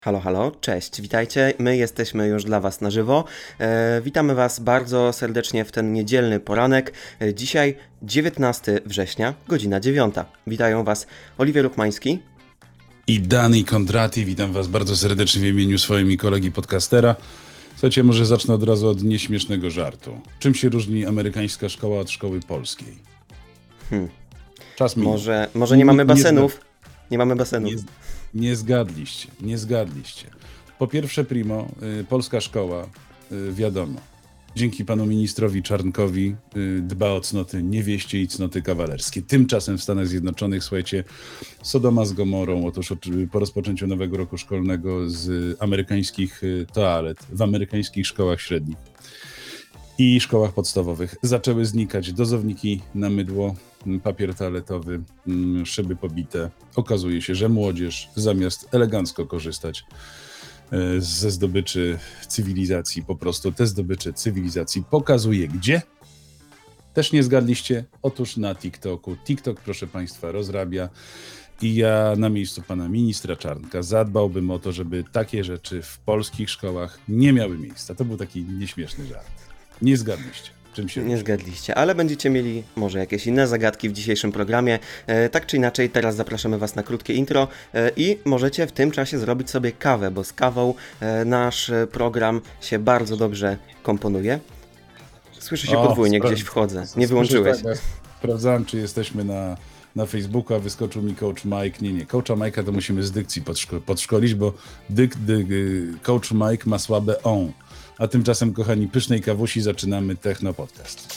Halo, halo, cześć, witajcie, my jesteśmy już dla Was na żywo. Witamy Was bardzo serdecznie w ten niedzielny poranek. Dzisiaj 19 września, godzina 9. Witają Was Oliwier Ruchmański i Dani Kondrati. Witam Was bardzo serdecznie w imieniu swojego kolegi podcastera. Słuchajcie, może zacznę od razu od nieśmiesznego żartu. Czym się różni amerykańska szkoła od szkoły polskiej? Czas minął. Może nie mamy basenów? Nie mamy basenów. Nie zgadliście. Po pierwsze polska szkoła, wiadomo, dzięki panu ministrowi Czarnkowi dba o cnoty niewieście i cnoty kawalerskie. Tymczasem w Stanach Zjednoczonych, słuchajcie, Sodoma z Gomorą, otóż po rozpoczęciu nowego roku szkolnego z amerykańskich toalet w amerykańskich szkołach średnich i szkołach podstawowych zaczęły znikać dozowniki na mydło, papier toaletowy, szyby pobite. Okazuje się, że młodzież zamiast elegancko korzystać ze zdobyczy cywilizacji, po prostu te zdobycze cywilizacji pokazuje gdzie? Też nie zgadliście? Otóż na TikToku. TikTok, proszę Państwa, rozrabia i ja na miejscu pana ministra Czarnka zadbałbym o to, żeby takie rzeczy w polskich szkołach nie miały miejsca. To był taki nieśmieszny żart. Nie zgadliście. Nie zgadliście, ale będziecie mieli może jakieś inne zagadki w dzisiejszym programie. Tak czy inaczej, teraz zapraszamy Was na krótkie intro i możecie w tym czasie zrobić sobie kawę, bo z kawą nasz program się bardzo dobrze komponuje. Słyszę się podwójnie, gdzieś wchodzę. Nie wyłączyłeś. Tak, sprawdzałem, czy jesteśmy na Facebooku, a wyskoczył mi Coach Mike. Nie, Coacha Mike'a to musimy z dykcji podszkolić, bo Coach Mike ma słabe on. A tymczasem, kochani, pysznej kawusi zaczynamy Techno Podcast.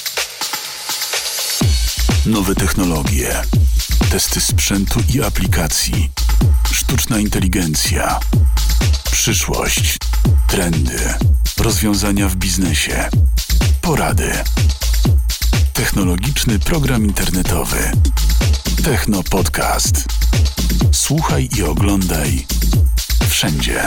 Nowe technologie, testy sprzętu i aplikacji, sztuczna inteligencja, przyszłość, trendy, rozwiązania w biznesie, porady. Technologiczny program internetowy. Techno Podcast. Słuchaj i oglądaj wszędzie.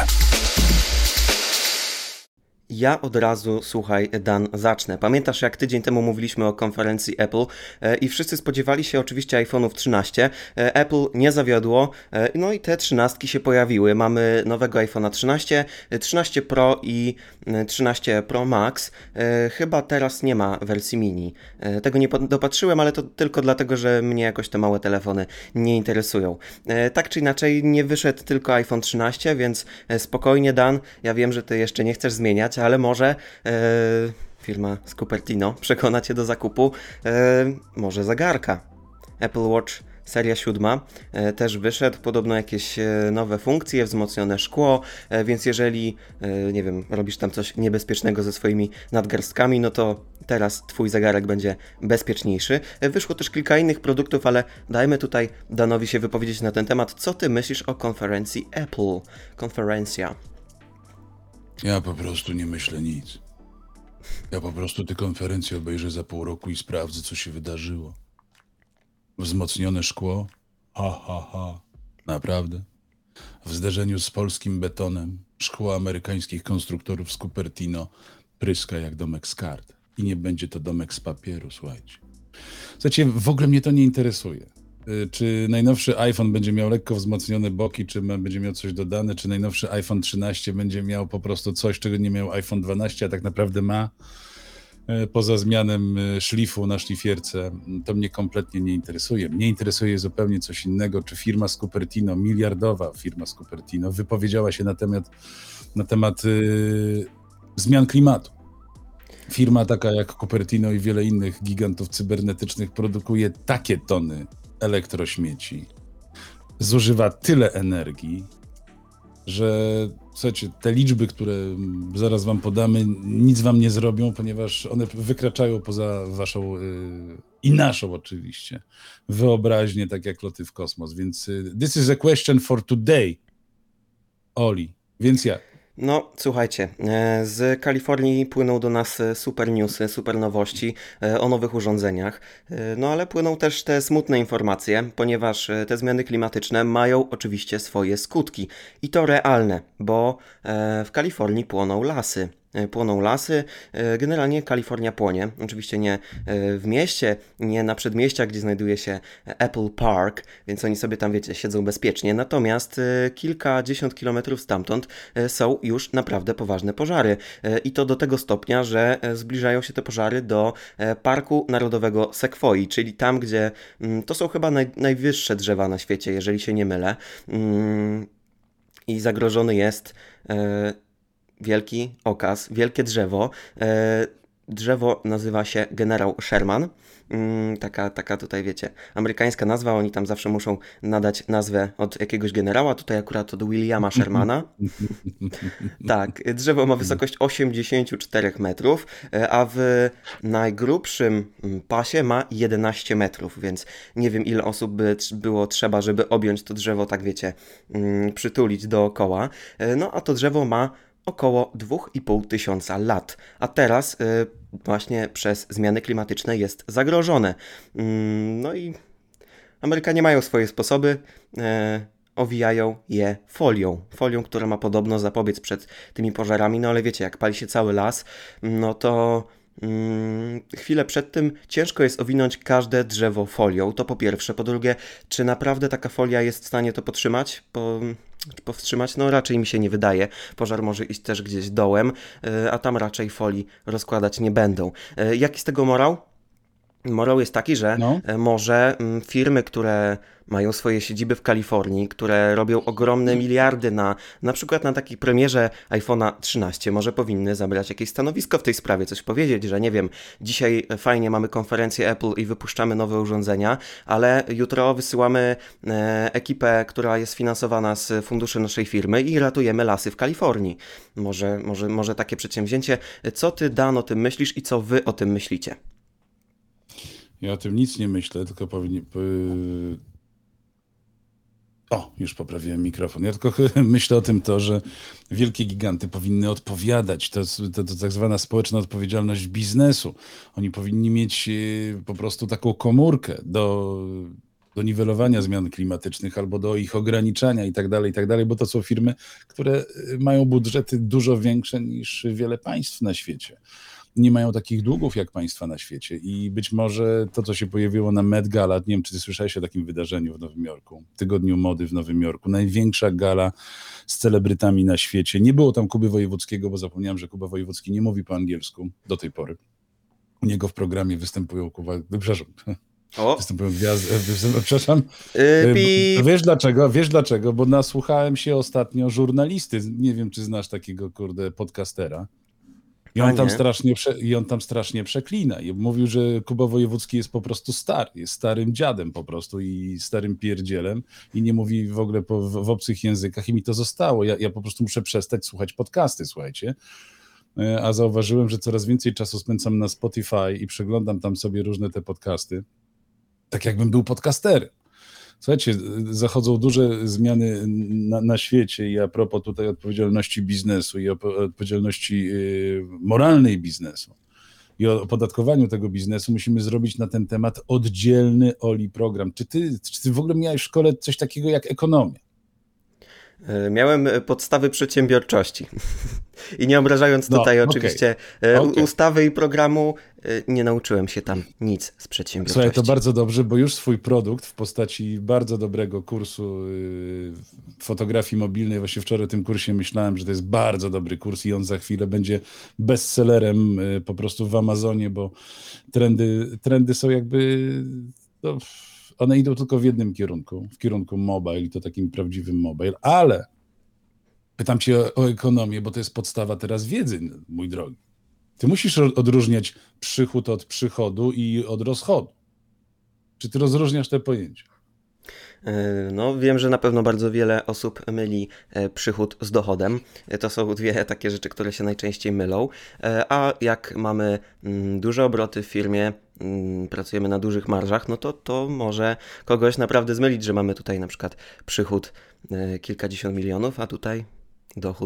Ja od razu, słuchaj, Dan, zacznę. Pamiętasz, jak tydzień temu mówiliśmy o konferencji Apple i wszyscy spodziewali się oczywiście iPhone'ów 13. Apple nie zawiodło, no i te 13 się pojawiły. Mamy nowego iPhone'a 13, 13 Pro i 13 Pro Max. Chyba teraz nie ma wersji mini. Tego nie dopatrzyłem, ale to tylko dlatego, że mnie jakoś te małe telefony nie interesują. Tak czy inaczej, nie wyszedł tylko iPhone 13, więc spokojnie, Dan, ja wiem, że ty jeszcze nie chcesz zmieniać, ale może firma z Cupertino przekona cię do zakupu może zegarka. Apple Watch seria 7 też wyszedł, podobno jakieś nowe funkcje, wzmocnione szkło, więc jeżeli, nie wiem, robisz tam coś niebezpiecznego ze swoimi nadgarstkami, no to teraz twój zegarek będzie bezpieczniejszy. Wyszło też kilka innych produktów, ale dajmy tutaj Danowi się wypowiedzieć na ten temat. Co ty myślisz o konferencji Apple? Konferencja. Ja po prostu nie myślę nic. Ja po prostu tę konferencję obejrzę za pół roku i sprawdzę, co się wydarzyło. Wzmocnione szkło? Ha. Naprawdę? W zderzeniu z polskim betonem szkło amerykańskich konstruktorów z Cupertino pryska jak domek z kart. I nie będzie to domek z papieru, słuchajcie. Słuchajcie, w ogóle mnie to nie interesuje. Czy najnowszy iPhone będzie miał lekko wzmocnione boki, czy będzie miał coś dodane, czy najnowszy iPhone 13 będzie miał po prostu coś, czego nie miał iPhone 12, a tak naprawdę ma, poza zmianem szlifu na szlifierce. To mnie kompletnie nie interesuje. Mnie interesuje zupełnie coś innego, czy firma z Cupertino, miliardowa firma z Cupertino, wypowiedziała się na temat zmian klimatu. Firma taka jak Cupertino i wiele innych gigantów cybernetycznych produkuje takie tony elektrośmieci, zużywa tyle energii, że słuchajcie, te liczby, które zaraz wam podamy, nic wam nie zrobią, ponieważ one wykraczają poza waszą i naszą oczywiście wyobraźnię, tak jak loty w kosmos. Więc this is a question for today, Oli. Więc jak? No, słuchajcie, z Kalifornii płyną do nas super newsy, super nowości o nowych urządzeniach, no ale płyną też te smutne informacje, ponieważ te zmiany klimatyczne mają oczywiście swoje skutki i to realne, bo w Kalifornii płoną lasy. płoną lasy. Generalnie Kalifornia płonie. Oczywiście nie w mieście, nie na przedmieściach, gdzie znajduje się Apple Park, więc oni sobie tam, wiecie, siedzą bezpiecznie. Natomiast kilkadziesiąt kilometrów stamtąd są już naprawdę poważne pożary. I to do tego stopnia, że zbliżają się te pożary do Parku Narodowego Sekwoi, czyli tam, gdzie to są chyba najwyższe drzewa na świecie, jeżeli się nie mylę. I zagrożony jest wielki okaz, wielkie drzewo. Drzewo nazywa się Generał Sherman. Taka tutaj, wiecie, amerykańska nazwa. Oni tam zawsze muszą nadać nazwę od jakiegoś generała. Tutaj akurat od Williama Shermana. Tak, drzewo ma wysokość 84 metrów, a w najgrubszym pasie ma 11 metrów, więc nie wiem, ile osób by było trzeba, żeby objąć to drzewo, tak wiecie, przytulić dookoła. No a to drzewo ma około 2,5 tysiąca lat, a teraz właśnie przez zmiany klimatyczne jest zagrożone. No i Amerykanie mają swoje sposoby, owijają je folią, która ma podobno zapobiec przed tymi pożarami, no ale wiecie, jak pali się cały las, no to chwilę przed tym ciężko jest owinąć każde drzewo folią, to po pierwsze. Po drugie, czy naprawdę taka folia jest w stanie to powstrzymać? No raczej mi się nie wydaje. Pożar może iść też gdzieś dołem, a tam raczej folii rozkładać nie będą. Jaki z tego morał? Morał jest taki, że może firmy, które mają swoje siedziby w Kalifornii, które robią ogromne miliardy na przykład na takiej premierze iPhone'a 13, może powinny zabrać jakieś stanowisko w tej sprawie, coś powiedzieć, że nie wiem, dzisiaj fajnie mamy konferencję Apple i wypuszczamy nowe urządzenia, ale jutro wysyłamy ekipę, która jest finansowana z funduszy naszej firmy i ratujemy lasy w Kalifornii. Może takie przedsięwzięcie. Co ty, Dan, o tym myślisz i co wy o tym myślicie? Ja o tym nic nie myślę, tylko już poprawiłem mikrofon. Ja tylko myślę o tym że wielkie giganty powinny odpowiadać. To tak zwana społeczna odpowiedzialność biznesu. Oni powinni mieć po prostu taką komórkę do niwelowania zmian klimatycznych albo do ich ograniczania i tak dalej, bo to są firmy, które mają budżety dużo większe niż wiele państw na świecie. Nie mają takich długów jak państwa na świecie i być może to, co się pojawiło na Met Gala, nie wiem, czy ty słyszałeś o takim wydarzeniu w Nowym Jorku, Tygodniu Mody w Nowym Jorku, największa gala z celebrytami na świecie. Nie było tam Kuby Wojewódzkiego, bo zapomniałem, że Kuba Wojewódzki nie mówi po angielsku do tej pory. U niego w programie występują występują gwiazdy, przepraszam. Wiesz dlaczego? Bo nasłuchałem się ostatnio żurnalisty, nie wiem, czy znasz takiego, podcastera. I on tam strasznie przeklina. I mówił, że Kuba Wojewódzki jest po prostu stary, jest starym dziadem po prostu i starym pierdzielem i nie mówi w ogóle w obcych językach i mi to zostało. Ja po prostu muszę przestać słuchać podcasty, słuchajcie. A zauważyłem, że coraz więcej czasu spędzam na Spotify i przeglądam tam sobie różne te podcasty, tak jakbym był podcasterem. Słuchajcie, zachodzą duże zmiany na świecie i a propos tutaj odpowiedzialności biznesu i odpowiedzialności moralnej biznesu i o opodatkowaniu tego biznesu musimy zrobić na ten temat oddzielny, Oli, program. Czy ty w ogóle miałeś w szkole coś takiego jak ekonomia? Miałem podstawy przedsiębiorczości. I nie obrażając tutaj oczywiście ustawy i programu, nie nauczyłem się tam nic z przedsiębiorczości. Słuchaj, to bardzo dobrze, bo już swój produkt w postaci bardzo dobrego kursu fotografii mobilnej, właśnie wczoraj o tym kursie myślałem, że to jest bardzo dobry kurs i on za chwilę będzie bestsellerem po prostu w Amazonie, bo trendy są jakby... One idą tylko w jednym kierunku, w kierunku mobile i to takim prawdziwym mobile, ale pytam cię o ekonomię, bo to jest podstawa teraz wiedzy, mój drogi. Ty musisz odróżniać przychód od przychodu i od rozchodu. Czy ty rozróżniasz te pojęcia? No, wiem, że na pewno bardzo wiele osób myli przychód z dochodem. To są dwie takie rzeczy, które się najczęściej mylą. A jak mamy duże obroty w firmie, pracujemy na dużych marżach, no to może kogoś naprawdę zmylić, że mamy tutaj na przykład przychód kilkadziesiąt milionów, a tutaj dochód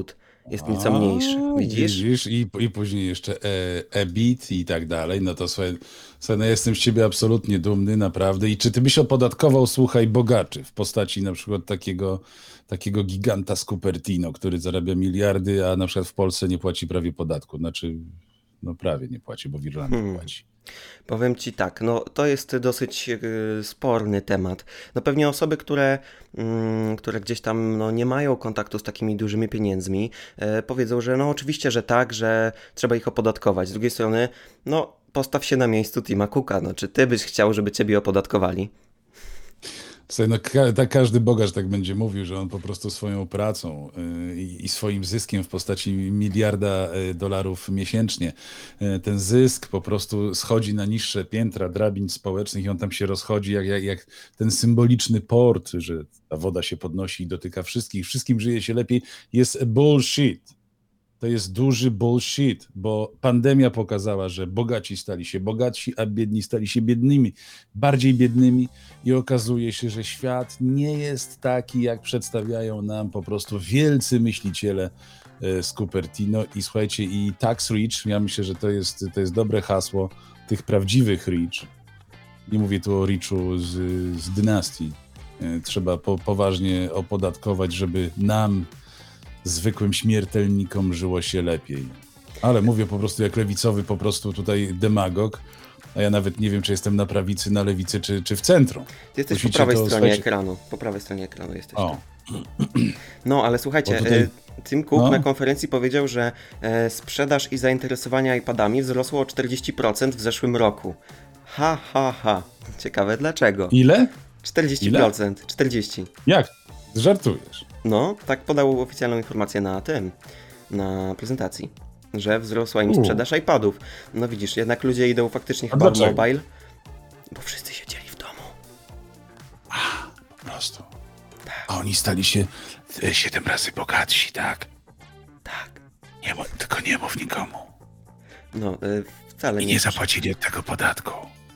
jest nieco mniejszy. Widzisz? Widzisz? I później jeszcze EBIT i tak dalej. No to słuchaj, no jestem z ciebie absolutnie dumny, naprawdę. I czy ty byś opodatkował, słuchaj, bogaczy w postaci na przykład takiego giganta z Cupertino, który zarabia miliardy, a na przykład w Polsce nie płaci prawie podatku? Znaczy, no prawie nie płaci, bo w Irlandii płaci. Powiem ci tak, no to jest dosyć sporny temat. No pewnie osoby, które gdzieś tam no, nie mają kontaktu z takimi dużymi pieniędzmi, powiedzą, że no oczywiście, że tak, że trzeba ich opodatkować. Z drugiej strony, no postaw się na miejscu Tima Cooka, no czy ty byś chciał, żeby ciebie opodatkowali? Słuchaj, no każdy bogacz tak będzie mówił, że on po prostu swoją pracą i swoim zyskiem w postaci miliarda dolarów miesięcznie, ten zysk po prostu schodzi na niższe piętra drabin społecznych i on tam się rozchodzi jak ten symboliczny port, że ta woda się podnosi i dotyka wszystkich, wszystkim żyje się lepiej, jest bullshit. To jest duży bullshit, bo pandemia pokazała, że bogaci stali się bogatsi, a biedni stali się biednymi, bardziej biednymi i okazuje się, że świat nie jest taki, jak przedstawiają nam po prostu wielcy myśliciele z Cupertino i słuchajcie, i tax rich, ja myślę, że to jest dobre hasło tych prawdziwych rich. Nie mówię tu o richu z dynastii. Trzeba poważnie opodatkować, żeby nam zwykłym śmiertelnikom żyło się lepiej. Ale mówię po prostu jak lewicowy po prostu tutaj demagog, a ja nawet nie wiem, czy jestem na prawicy, na lewicy, czy w centrum. Ty jesteś po Musicie prawej to, stronie słuchajcie, ekranu. Po prawej stronie ekranu jesteś. O, No, ale słuchajcie, Bo tutaj- Tim Cook no. na konferencji powiedział, że sprzedaż i zainteresowanie iPadami wzrosło o 40% w zeszłym roku. Ha, ha, ha. Ciekawe dlaczego. ile? 40%. 40%. Jak? Żartujesz. No, tak podał oficjalną informację na prezentacji, że wzrosła im sprzedaż iPadów. No widzisz, jednak ludzie idą faktycznie chyba w dlaczego? mobile, bo wszyscy siedzieli w domu. Po prostu. A oni stali się 7 razy bogatsi, tak? Tak. Tylko nie mów nikomu. No, wcale I nie. nie zapłacili od tego podatku.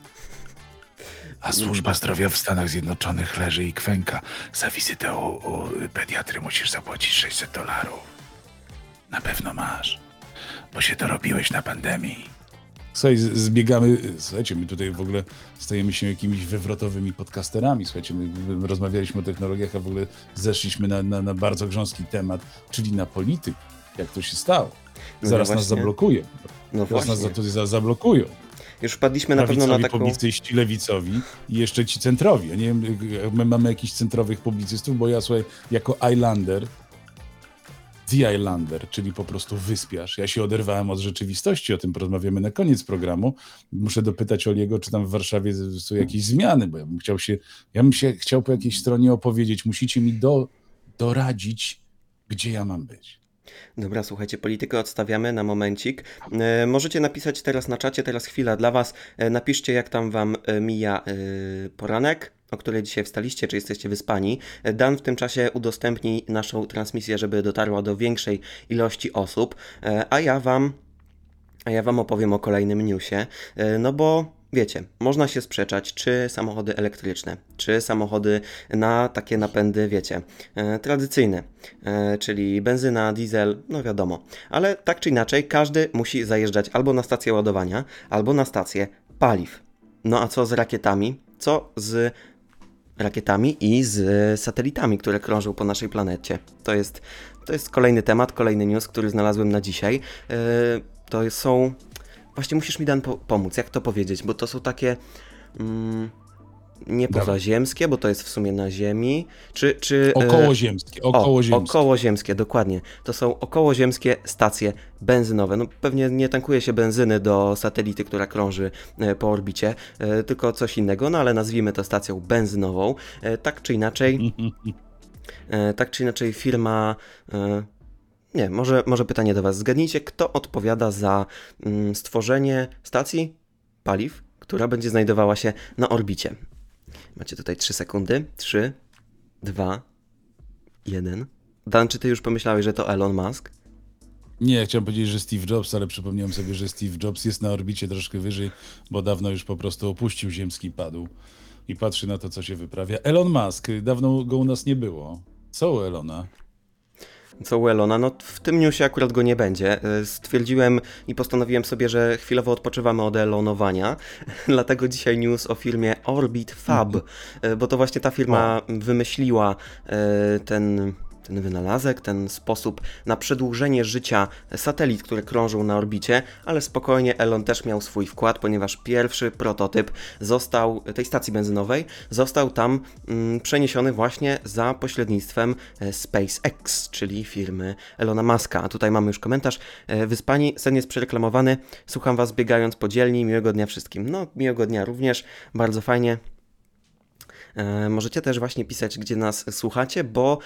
A służba zdrowia w Stanach Zjednoczonych leży i kwęka. Za wizytę u pediatry musisz zapłacić $600. Na pewno masz, bo się dorobiłeś na pandemii. Słuchaj, zbiegamy, słuchajcie, my tutaj w ogóle stajemy się jakimiś wywrotowymi podcasterami. Słuchajcie, my rozmawialiśmy o technologiach, a w ogóle zeszliśmy na bardzo grząski temat, czyli na politykę. Jak to się stało? No Zaraz nas właśnie. zablokują. No Zaraz nas właśnie. zablokują. Już wpadliśmy na pewno na Prawicowi taką... publicyści, lewicowi i jeszcze ci centrowi. Ja nie wiem, my mamy jakichś centrowych publicystów, bo ja słuchaj, jako Islander, The Islander, czyli po prostu wyspiarz, ja się oderwałem od rzeczywistości, o tym porozmawiamy na koniec programu. Muszę dopytać Oliego, czy tam w Warszawie są jakieś zmiany, bo ja bym się chciał po jakiejś stronie opowiedzieć. Musicie mi doradzić, gdzie ja mam być. Dobra, słuchajcie, politykę odstawiamy na momencik. Możecie napisać teraz na czacie, teraz chwila dla Was. Napiszcie, jak tam Wam mija poranek, o której dzisiaj wstaliście, czy jesteście wyspani. Dan w tym czasie udostępni naszą transmisję, żeby dotarła do większej ilości osób, a ja Wam opowiem o kolejnym newsie, no bo wiecie, można się sprzeczać, czy samochody elektryczne, czy samochody na takie napędy, wiecie, tradycyjne, czyli benzyna, diesel, no wiadomo. Ale tak czy inaczej, każdy musi zajeżdżać albo na stację ładowania, albo na stację paliw. No a co z rakietami? Co z rakietami i z satelitami, które krążą po naszej planecie? To jest kolejny temat, kolejny news, który znalazłem na dzisiaj. To są... Właśnie musisz mi, Dan, pomóc, jak to powiedzieć, bo to są takie nie pozaziemskie, bo to jest w sumie na Ziemi, czy Okołoziemskie. okołoziemskie, dokładnie. To są okołoziemskie stacje benzynowe. No pewnie nie tankuje się benzyny do satelity, która krąży po orbicie, tylko coś innego, no ale nazwijmy to stacją benzynową. Tak czy inaczej firma... Nie, może pytanie do Was. Zgadnijcie, kto odpowiada za stworzenie stacji paliw, która będzie znajdowała się na orbicie. Macie tutaj 3 sekundy. 3, 2, 1. Dan, czy Ty już pomyślałeś, że to Elon Musk? Nie, chciałem powiedzieć, że Steve Jobs, ale przypomniałem sobie, że Steve Jobs jest na orbicie troszkę wyżej, bo dawno już po prostu opuścił ziemski padł i patrzy na to, co się wyprawia. Elon Musk, dawno go u nas nie było. Co u Elona? Co u Elona? No w tym newsie akurat go nie będzie. Stwierdziłem i postanowiłem sobie, że chwilowo odpoczywamy od Elonowania, dlatego dzisiaj news o firmie Orbit Fab, bo to właśnie ta firma wymyśliła ten wynalazek, ten sposób na przedłużenie życia satelit, które krążą na orbicie, ale spokojnie, Elon też miał swój wkład, ponieważ pierwszy prototyp tej stacji benzynowej został tam przeniesiony właśnie za pośrednictwem SpaceX, czyli firmy Elona Muska. A tutaj mamy już komentarz. Wyspani, sen jest przereklamowany, słucham was biegając po dzielni, miłego dnia wszystkim. No, miłego dnia również, bardzo fajnie. Możecie też właśnie pisać, gdzie nas słuchacie, bo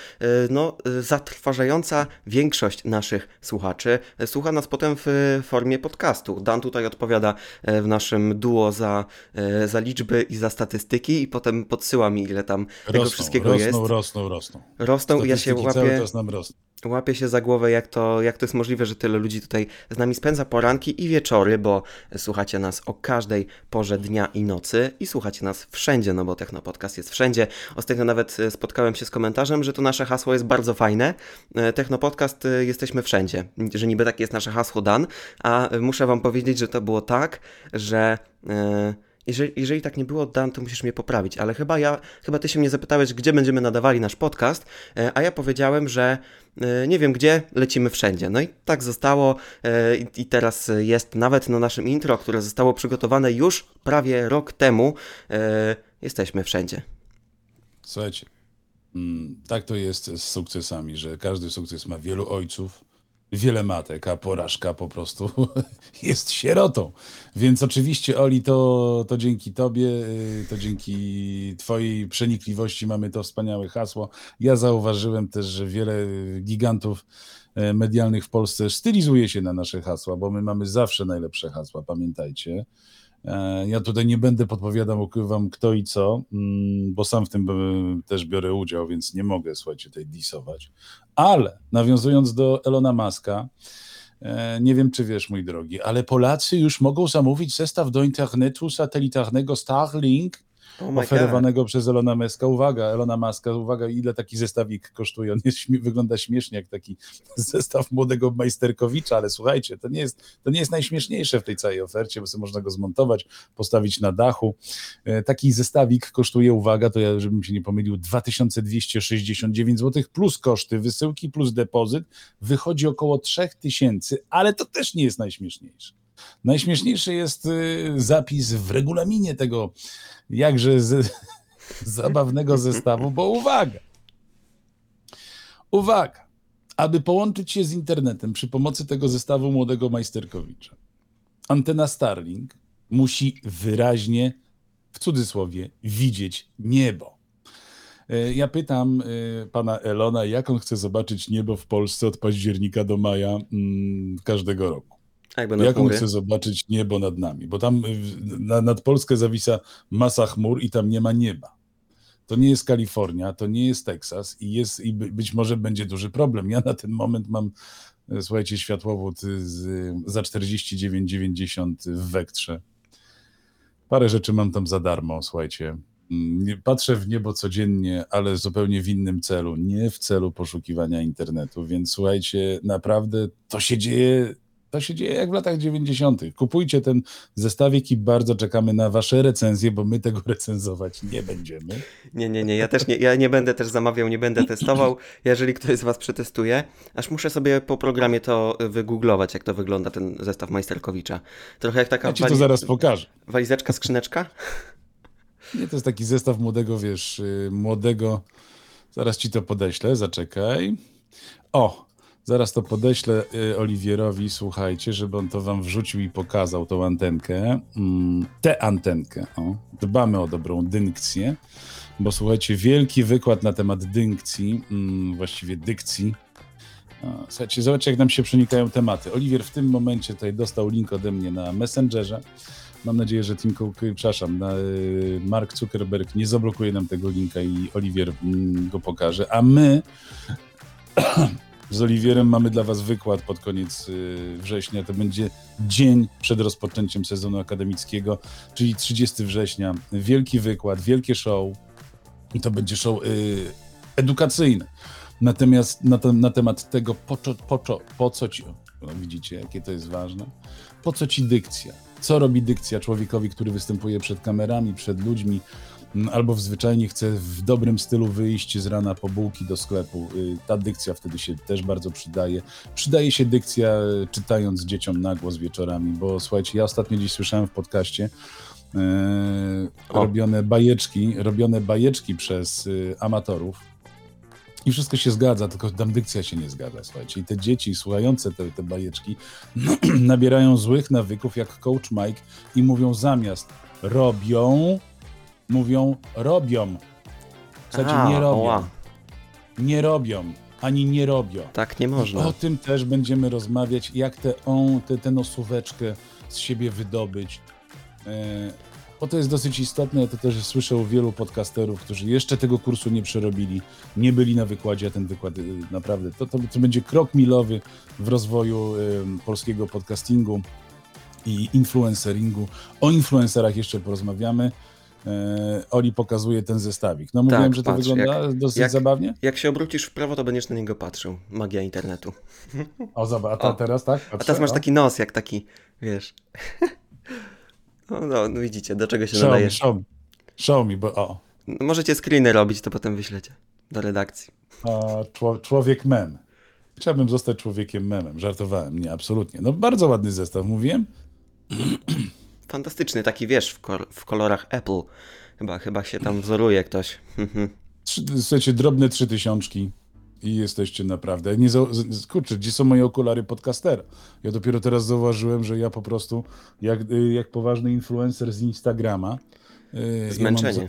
zatrważająca większość naszych słuchaczy słucha nas potem w formie podcastu. Dan tutaj odpowiada w naszym duo za liczby i za statystyki i potem podsyła mi, ile tam tego wszystkiego jest. Rosną i ja się cały czas nam rosną. Łapię się za głowę, jak to jest możliwe, że tyle ludzi tutaj z nami spędza poranki i wieczory, bo słuchacie nas o każdej porze dnia i nocy i słuchacie nas wszędzie, no bo Technopodcast jest wszędzie. Ostatnio nawet spotkałem się z komentarzem, że to nasze hasło jest bardzo fajne. Technopodcast jesteśmy wszędzie, że niby takie jest nasze hasło, Dan, a muszę wam powiedzieć, że to było tak, że... Jeżeli tak nie było, Dan, to musisz mnie poprawić, ale chyba ty się mnie zapytałeś, gdzie będziemy nadawali nasz podcast, a ja powiedziałem, że nie wiem gdzie, lecimy wszędzie. No i tak zostało i teraz jest nawet na naszym intro, które zostało przygotowane już prawie rok temu. Jesteśmy wszędzie. Słuchajcie, tak to jest z sukcesami, że każdy sukces ma wielu ojców, wiele matek, a porażka po prostu jest sierotą. Więc oczywiście, Oli, to dzięki tobie, to dzięki twojej przenikliwości mamy to wspaniałe hasło. Ja zauważyłem też, że wiele gigantów medialnych w Polsce stylizuje się na nasze hasła, bo my mamy zawsze najlepsze hasła, pamiętajcie. Ja tutaj nie będę podpowiadał wam kto i co, bo sam w tym też biorę udział, więc nie mogę, słuchajcie, tutaj disować. Ale nawiązując do Elona Muska, nie wiem czy wiesz, mój drogi, ale Polacy już mogą zamówić zestaw do internetu satelitarnego Starlink oferowanego przez Elona Muska. Elona Muska, uwaga, ile taki zestawik kosztuje. On wygląda śmiesznie jak taki zestaw młodego Majsterkowicza, ale słuchajcie, to nie jest najśmieszniejsze w tej całej ofercie, bo sobie można go zmontować, postawić na dachu. Taki zestawik kosztuje, uwaga, to ja, żebym się nie pomylił, 2269 zł plus koszty wysyłki, plus depozyt. Wychodzi około 3000, ale to też nie jest najśmieszniejsze. Najśmieszniejszy jest zapis w regulaminie tego jakże zabawnego zestawu, bo uwaga, aby połączyć się z internetem przy pomocy tego zestawu młodego Majsterkowicza, antena Starlink musi wyraźnie, w cudzysłowie, widzieć niebo. Ja pytam pana Elona, jak on chce zobaczyć niebo w Polsce od października do maja każdego roku. Jak on chce zobaczyć niebo nad nami? Bo tam nad Polskę zawisa masa chmur i tam nie ma nieba. To nie jest Kalifornia, to nie jest Teksas i być może będzie duży problem. Ja na ten moment mam, słuchajcie, światłowód za 49,90 w Wektrze. Parę rzeczy mam tam za darmo, słuchajcie. Patrzę w niebo codziennie, ale zupełnie w innym celu, nie w celu poszukiwania internetu, więc słuchajcie, naprawdę to się dzieje jak w latach 90. Kupujcie ten zestawik i bardzo czekamy na wasze recenzje, bo my tego recenzować nie będziemy. Nie, ja nie będę też zamawiał, nie będę testował. Jeżeli ktoś z was przetestuje, aż muszę sobie po programie to wygooglować, jak to wygląda ten zestaw Majsterkowicza. Trochę jak taka... Ja ci to zaraz pokażę. Walizeczka, skrzyneczka? Nie, to jest taki zestaw młodego, zaraz ci to podeślę, zaczekaj. Zaraz to podeślę Oliwierowi, słuchajcie, żeby on to wam wrzucił i pokazał tą antenkę. Tę antenkę, dbamy o dobrą dynkcję, bo słuchajcie, wielki wykład na temat dynkcji, właściwie dykcji. Słuchajcie, zobaczcie jak nam się przenikają tematy. Oliwier w tym momencie tutaj dostał link ode mnie na Messengerze. Mam nadzieję, że Mark Zuckerberg nie zablokuje nam tego linka i Oliwier go pokaże, a my... Z Oliwierem mamy dla was wykład pod koniec września. To będzie dzień przed rozpoczęciem sezonu akademickiego, czyli 30 września. Wielki wykład, wielkie show. I to będzie show edukacyjne. Natomiast na temat tego, po co ci, no widzicie, jakie to jest ważne, po co ci dykcja? Co robi dykcja człowiekowi, który występuje przed kamerami, przed ludźmi, albo zwyczajnie chce w dobrym stylu wyjść z rana po bułki do sklepu. Ta dykcja wtedy się też bardzo przydaje. Przydaje się dykcja czytając dzieciom na głos wieczorami, bo słuchajcie, ja ostatnio dziś słyszałem w podcaście robione bajeczki przez amatorów i wszystko się zgadza, tylko tam dykcja się nie zgadza, słuchajcie. I te dzieci słuchające te bajeczki nabierają złych nawyków jak Coach Mike i mówią zamiast robią, mówią robią. Słuchajcie, nie robią. Oła. Nie robią, ani nie robią. Tak nie można. O tym też będziemy rozmawiać, jak tę nosóweczkę z siebie wydobyć. Bo to jest dosyć istotne, ja to też słyszę u wielu podcasterów, którzy jeszcze tego kursu nie przerobili, nie byli na wykładzie, a ten wykład naprawdę, to będzie krok milowy w rozwoju polskiego podcastingu i influenceringu. O influencerach jeszcze porozmawiamy. Oli pokazuje ten zestawik. No mówiłem, Tak, że to patrz, wygląda dosyć zabawnie. Jak się obrócisz w prawo, to będziesz na niego patrzył. Magia internetu. O, zobacz, a teraz tak? A teraz masz taki nos, jak taki, wiesz... No, widzicie, do czego się nadaje. Show me, bo o. No, możecie screeny robić, to potem wyślecie do redakcji. Człowiek mem. Chciałbym zostać człowiekiem memem. Żartowałem, nie, absolutnie. No bardzo ładny zestaw, mówiłem. Fantastyczny, taki wiesz, w kolorach Apple. Chyba się tam wzoruje ktoś. Słuchajcie, drobne 3000 i jesteście naprawdę... Kurczę, gdzie są moje okulary podcastera? Ja dopiero teraz zauważyłem, że ja po prostu, jak poważny influencer z Instagrama... Zmęczenie.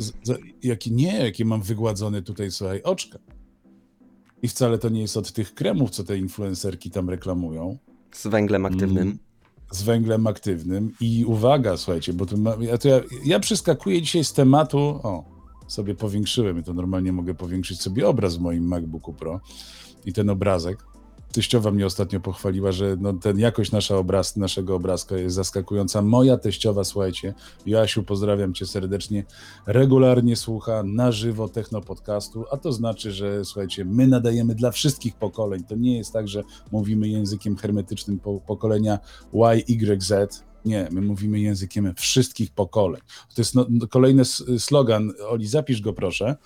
Jakie mam wygładzone tutaj, słuchaj, oczka. I wcale to nie jest od tych kremów, co te influencerki tam reklamują. Z węglem aktywnym. Z węglem aktywnym. I uwaga, słuchajcie, bo ja przeskakuję dzisiaj z tematu... O, sobie powiększyłem. Ja to normalnie mogę powiększyć sobie obraz w moim MacBooku Pro. I ten obrazek. Teściowa mnie ostatnio pochwaliła, że ten jakość naszego obrazka jest zaskakująca. Moja teściowa, słuchajcie, Joasiu, pozdrawiam cię serdecznie, regularnie słucha na żywo Technopodcastu, a to znaczy, że słuchajcie, my nadajemy dla wszystkich pokoleń. To nie jest tak, że mówimy językiem hermetycznym pokolenia Y, Y, Z. Nie, my mówimy językiem wszystkich pokoleń. To jest kolejny slogan. Oli, zapisz go proszę.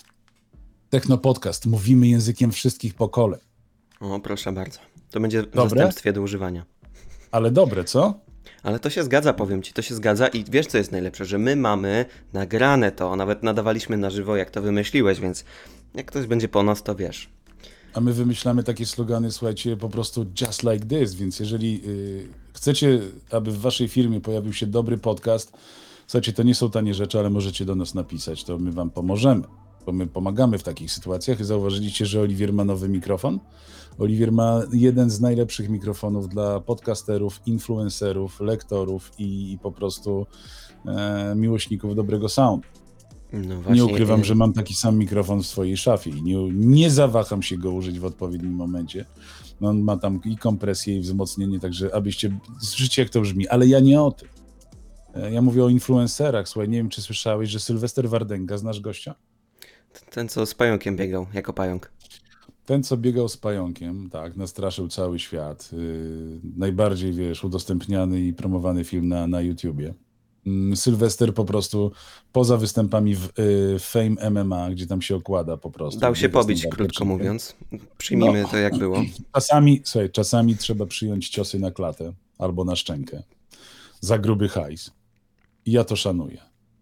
Technopodcast. Mówimy językiem wszystkich pokoleń. O, proszę bardzo. To będzie w Dobre? zastępstwie do używania. Ale dobre, co? Ale to się zgadza, powiem ci, to się zgadza i wiesz, co jest najlepsze, że my mamy nagrane to, nawet nadawaliśmy na żywo, jak to wymyśliłeś, więc jak ktoś będzie po nas, to wiesz. A my wymyślamy takie slogany, słuchajcie, po prostu just like this, więc jeżeli chcecie, aby w waszej firmie pojawił się dobry podcast, słuchajcie, to nie są tanie rzeczy, ale możecie do nas napisać, to my wam pomożemy, bo my pomagamy w takich sytuacjach. Zauważyliście, że Oliwier ma nowy mikrofon? Oliwier ma jeden z najlepszych mikrofonów dla podcasterów, influencerów, lektorów i po prostu miłośników dobrego soundu. No właśnie, Nie ukrywam, że mam taki sam mikrofon w swojej szafie i nie zawaham się go użyć w odpowiednim momencie. On ma tam i kompresję, i wzmocnienie, także abyście słyszycie, jak to brzmi, ale ja nie o tym. Ja mówię o influencerach. Słuchaj, nie wiem, czy słyszałeś, że Sylwester Wardęga, znasz gościa? Ten, co z pająkiem biegał, jako pająk. Ten, co biegał z pająkiem, tak, nastraszył cały świat. Najbardziej, wiesz, udostępniany i promowany film na YouTubie. Sylwester po prostu poza występami w Fame MMA, gdzie tam się okłada po prostu. Dał się pobić, krótko mówiąc. Przyjmijmy to, jak było. Czasami trzeba przyjąć ciosy na klatę albo na szczękę za gruby hajs. I ja to szanuję.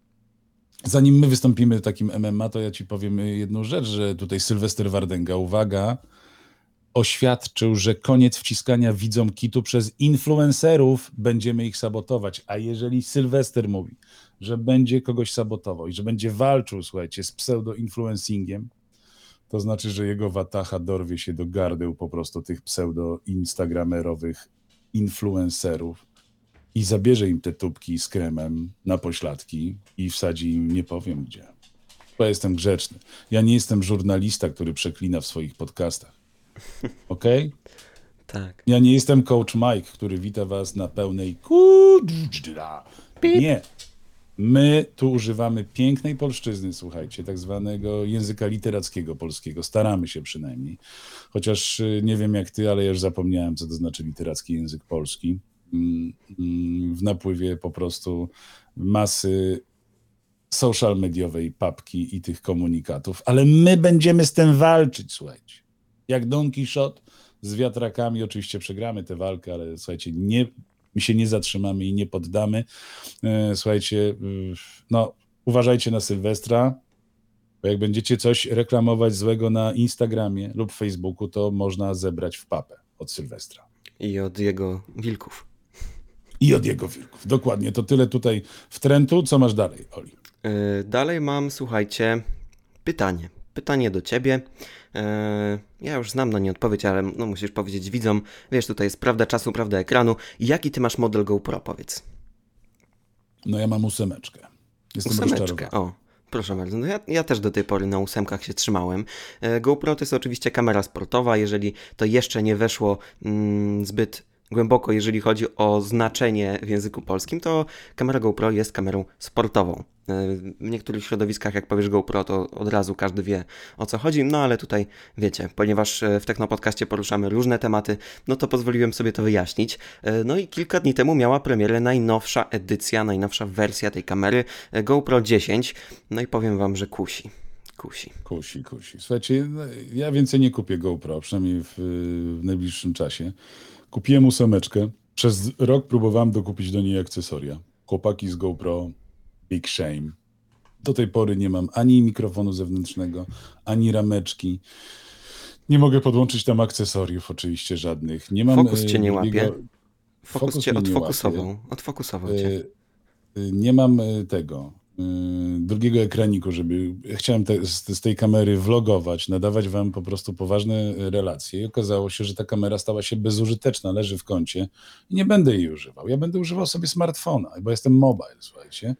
Zanim my wystąpimy takim MMA, to ja ci powiem jedną rzecz, że tutaj Sylwester Wardęga, uwaga, oświadczył, że koniec wciskania widzom kitu przez influencerów, będziemy ich sabotować. A jeżeli Sylwester mówi, że będzie kogoś sabotował i że będzie walczył, słuchajcie, z pseudo-influencingiem, to znaczy, że jego watacha dorwie się do gardeł po prostu tych pseudo-instagramerowych influencerów i zabierze im te tubki z kremem na pośladki i wsadzi im nie powiem gdzie. Ja jestem grzeczny. Ja nie jestem żurnalista, który przeklina w swoich podcastach. Okej? Tak. Ja nie jestem Coach Mike, który wita was na pełnej... Nie. My tu używamy pięknej polszczyzny, słuchajcie, tak zwanego języka literackiego polskiego. Staramy się przynajmniej. Chociaż nie wiem jak ty, ale ja już zapomniałem, co to znaczy literacki język polski. W napływie po prostu masy social mediowej papki i tych komunikatów. Ale my będziemy z tym walczyć, słuchajcie. Jak Don Quixote z wiatrakami. Oczywiście przegramy tę walkę, ale słuchajcie, my się nie zatrzymamy i nie poddamy. Słuchajcie, no uważajcie na Sylwestra, bo jak będziecie coś reklamować złego na Instagramie lub Facebooku, to można zebrać w papę od Sylwestra. I od jego wilków. I od jego wilków. Dokładnie, to tyle tutaj w trentu. Co masz dalej, Oli? Dalej mam, słuchajcie, pytanie. Pytanie do ciebie. Ja już znam na nie odpowiedź, ale no, musisz powiedzieć widzom. Wiesz, tutaj jest prawda czasu, prawda ekranu. Jaki ty masz model GoPro, powiedz? No ja mam 8. Jestem rozczarowany. O, proszę bardzo. No ja też do tej pory na 8 się trzymałem. GoPro to jest oczywiście kamera sportowa. Jeżeli to jeszcze nie weszło zbyt głęboko, jeżeli chodzi o znaczenie w języku polskim, to kamera GoPro jest kamerą sportową. W niektórych środowiskach, jak powiesz GoPro, to od razu każdy wie, o co chodzi, no ale tutaj wiecie, ponieważ w Technopodcaście poruszamy różne tematy, no to pozwoliłem sobie to wyjaśnić. No i kilka dni temu miała premierę najnowsza edycja, najnowsza wersja tej kamery, GoPro 10, no i powiem wam, że kusi. Kusi. Słuchajcie, ja więcej nie kupię GoPro, przynajmniej w najbliższym czasie. Kupiłem 8. Przez rok próbowałem dokupić do niej akcesoria. Chłopaki z GoPro, big shame. Do tej pory nie mam ani mikrofonu zewnętrznego, ani rameczki. Nie mogę podłączyć tam akcesoriów oczywiście żadnych. Nie mam Fokus cię nie łapie. Fokus cię mnie nie odfokusował łapie. cię. Nie mam tego drugiego ekraniku, żeby chciałem z tej kamery vlogować, nadawać wam po prostu poważne relacje i okazało się, że ta kamera stała się bezużyteczna, leży w kącie i nie będę jej używał. Ja będę używał sobie smartfona, bo jestem mobile, słuchajcie.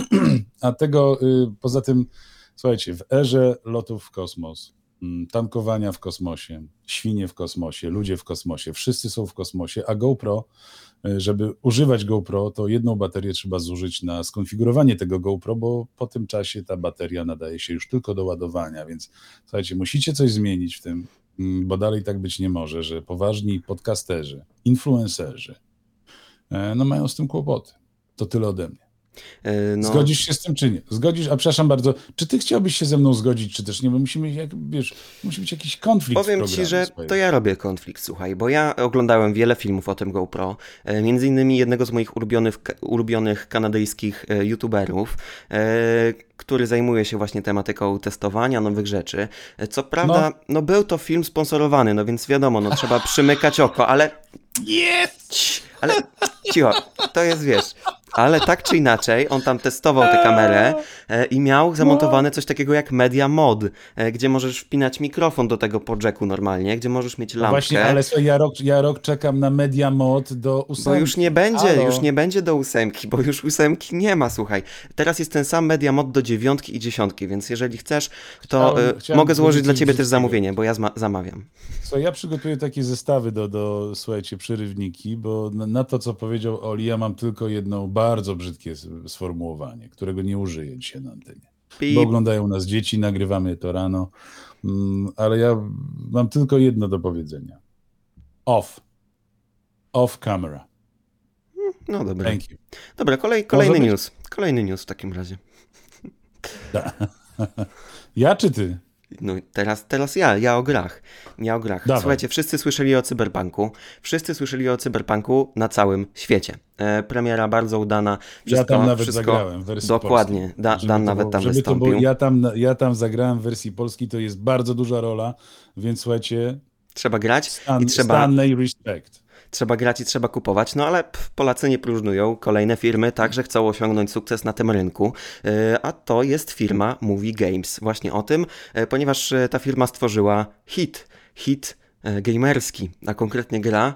A tego poza tym, słuchajcie, w erze lotów w kosmos, tankowania w kosmosie, świnie w kosmosie, ludzie w kosmosie, wszyscy są w kosmosie, a GoPro, żeby używać GoPro, to jedną baterię trzeba zużyć na skonfigurowanie tego GoPro, bo po tym czasie ta bateria nadaje się już tylko do ładowania, więc słuchajcie, musicie coś zmienić w tym, bo dalej tak być nie może, że poważni podcasterzy, influencerzy, no mają z tym kłopoty. To tyle ode mnie. No, Zgodzisz się z tym, czy nie? Zgodzisz? A przepraszam bardzo, czy ty chciałbyś się ze mną zgodzić, czy też nie? Bo musimy, musi być jakiś konflikt w powiem programie. ci, że Słuchaj. to ja robię konflikt, słuchaj, bo ja oglądałem wiele filmów o tym GoPro, między innymi jednego z moich ulubionych kanadyjskich youtuberów, który zajmuje się właśnie tematyką testowania nowych rzeczy. Co prawda, no był to film sponsorowany, no więc wiadomo, no trzeba przymykać oko, ale... Ale cicho, to jest, wiesz... Ale tak czy inaczej, on tam testował tę kamerę i miał zamontowane coś takiego jak Media Mod, gdzie możesz wpinać mikrofon do tego po jacku normalnie, gdzie możesz mieć lampkę. No właśnie, ale słuchaj, ja rok czekam na Media Mod do 8. Bo już nie będzie do 8, bo już 8 nie ma, słuchaj. Teraz jest ten sam Media Mod do 9 i 10, więc jeżeli chcesz, to mogę złożyć dla ciebie też zamówienie, bo ja zamawiam. Ja przygotuję takie zestawy słuchajcie, przyrywniki, bo na to, co powiedział Oli, ja mam tylko jedno bardzo brzydkie sformułowanie, którego nie użyję dzisiaj na antenie. Bo oglądają nas dzieci, nagrywamy to rano, ale ja mam tylko jedno do powiedzenia. Off camera. No dobra. Thank you. Dobra, kolejny news. Kolejny news w takim razie. Ja czy ty? No teraz ja o grach. Dawaj. Słuchajcie, wszyscy słyszeli o Cyberpunku. Wszyscy słyszeli o Cyberpunku na całym świecie. Premiera bardzo udana. Ja tam nawet zagrałem w wersji dokładnie, polskiej. Dan nawet tam wystąpił. Ja tam zagrałem w wersji polskiej, to jest bardzo duża rola, więc słuchajcie... Trzeba grać Stanley respect. Trzeba grać i trzeba kupować, no ale Polacy nie próżnują. Kolejne firmy także chcą osiągnąć sukces na tym rynku, a to jest firma Movie Games. Właśnie o tym, ponieważ ta firma stworzyła hit gamerski, a konkretnie gra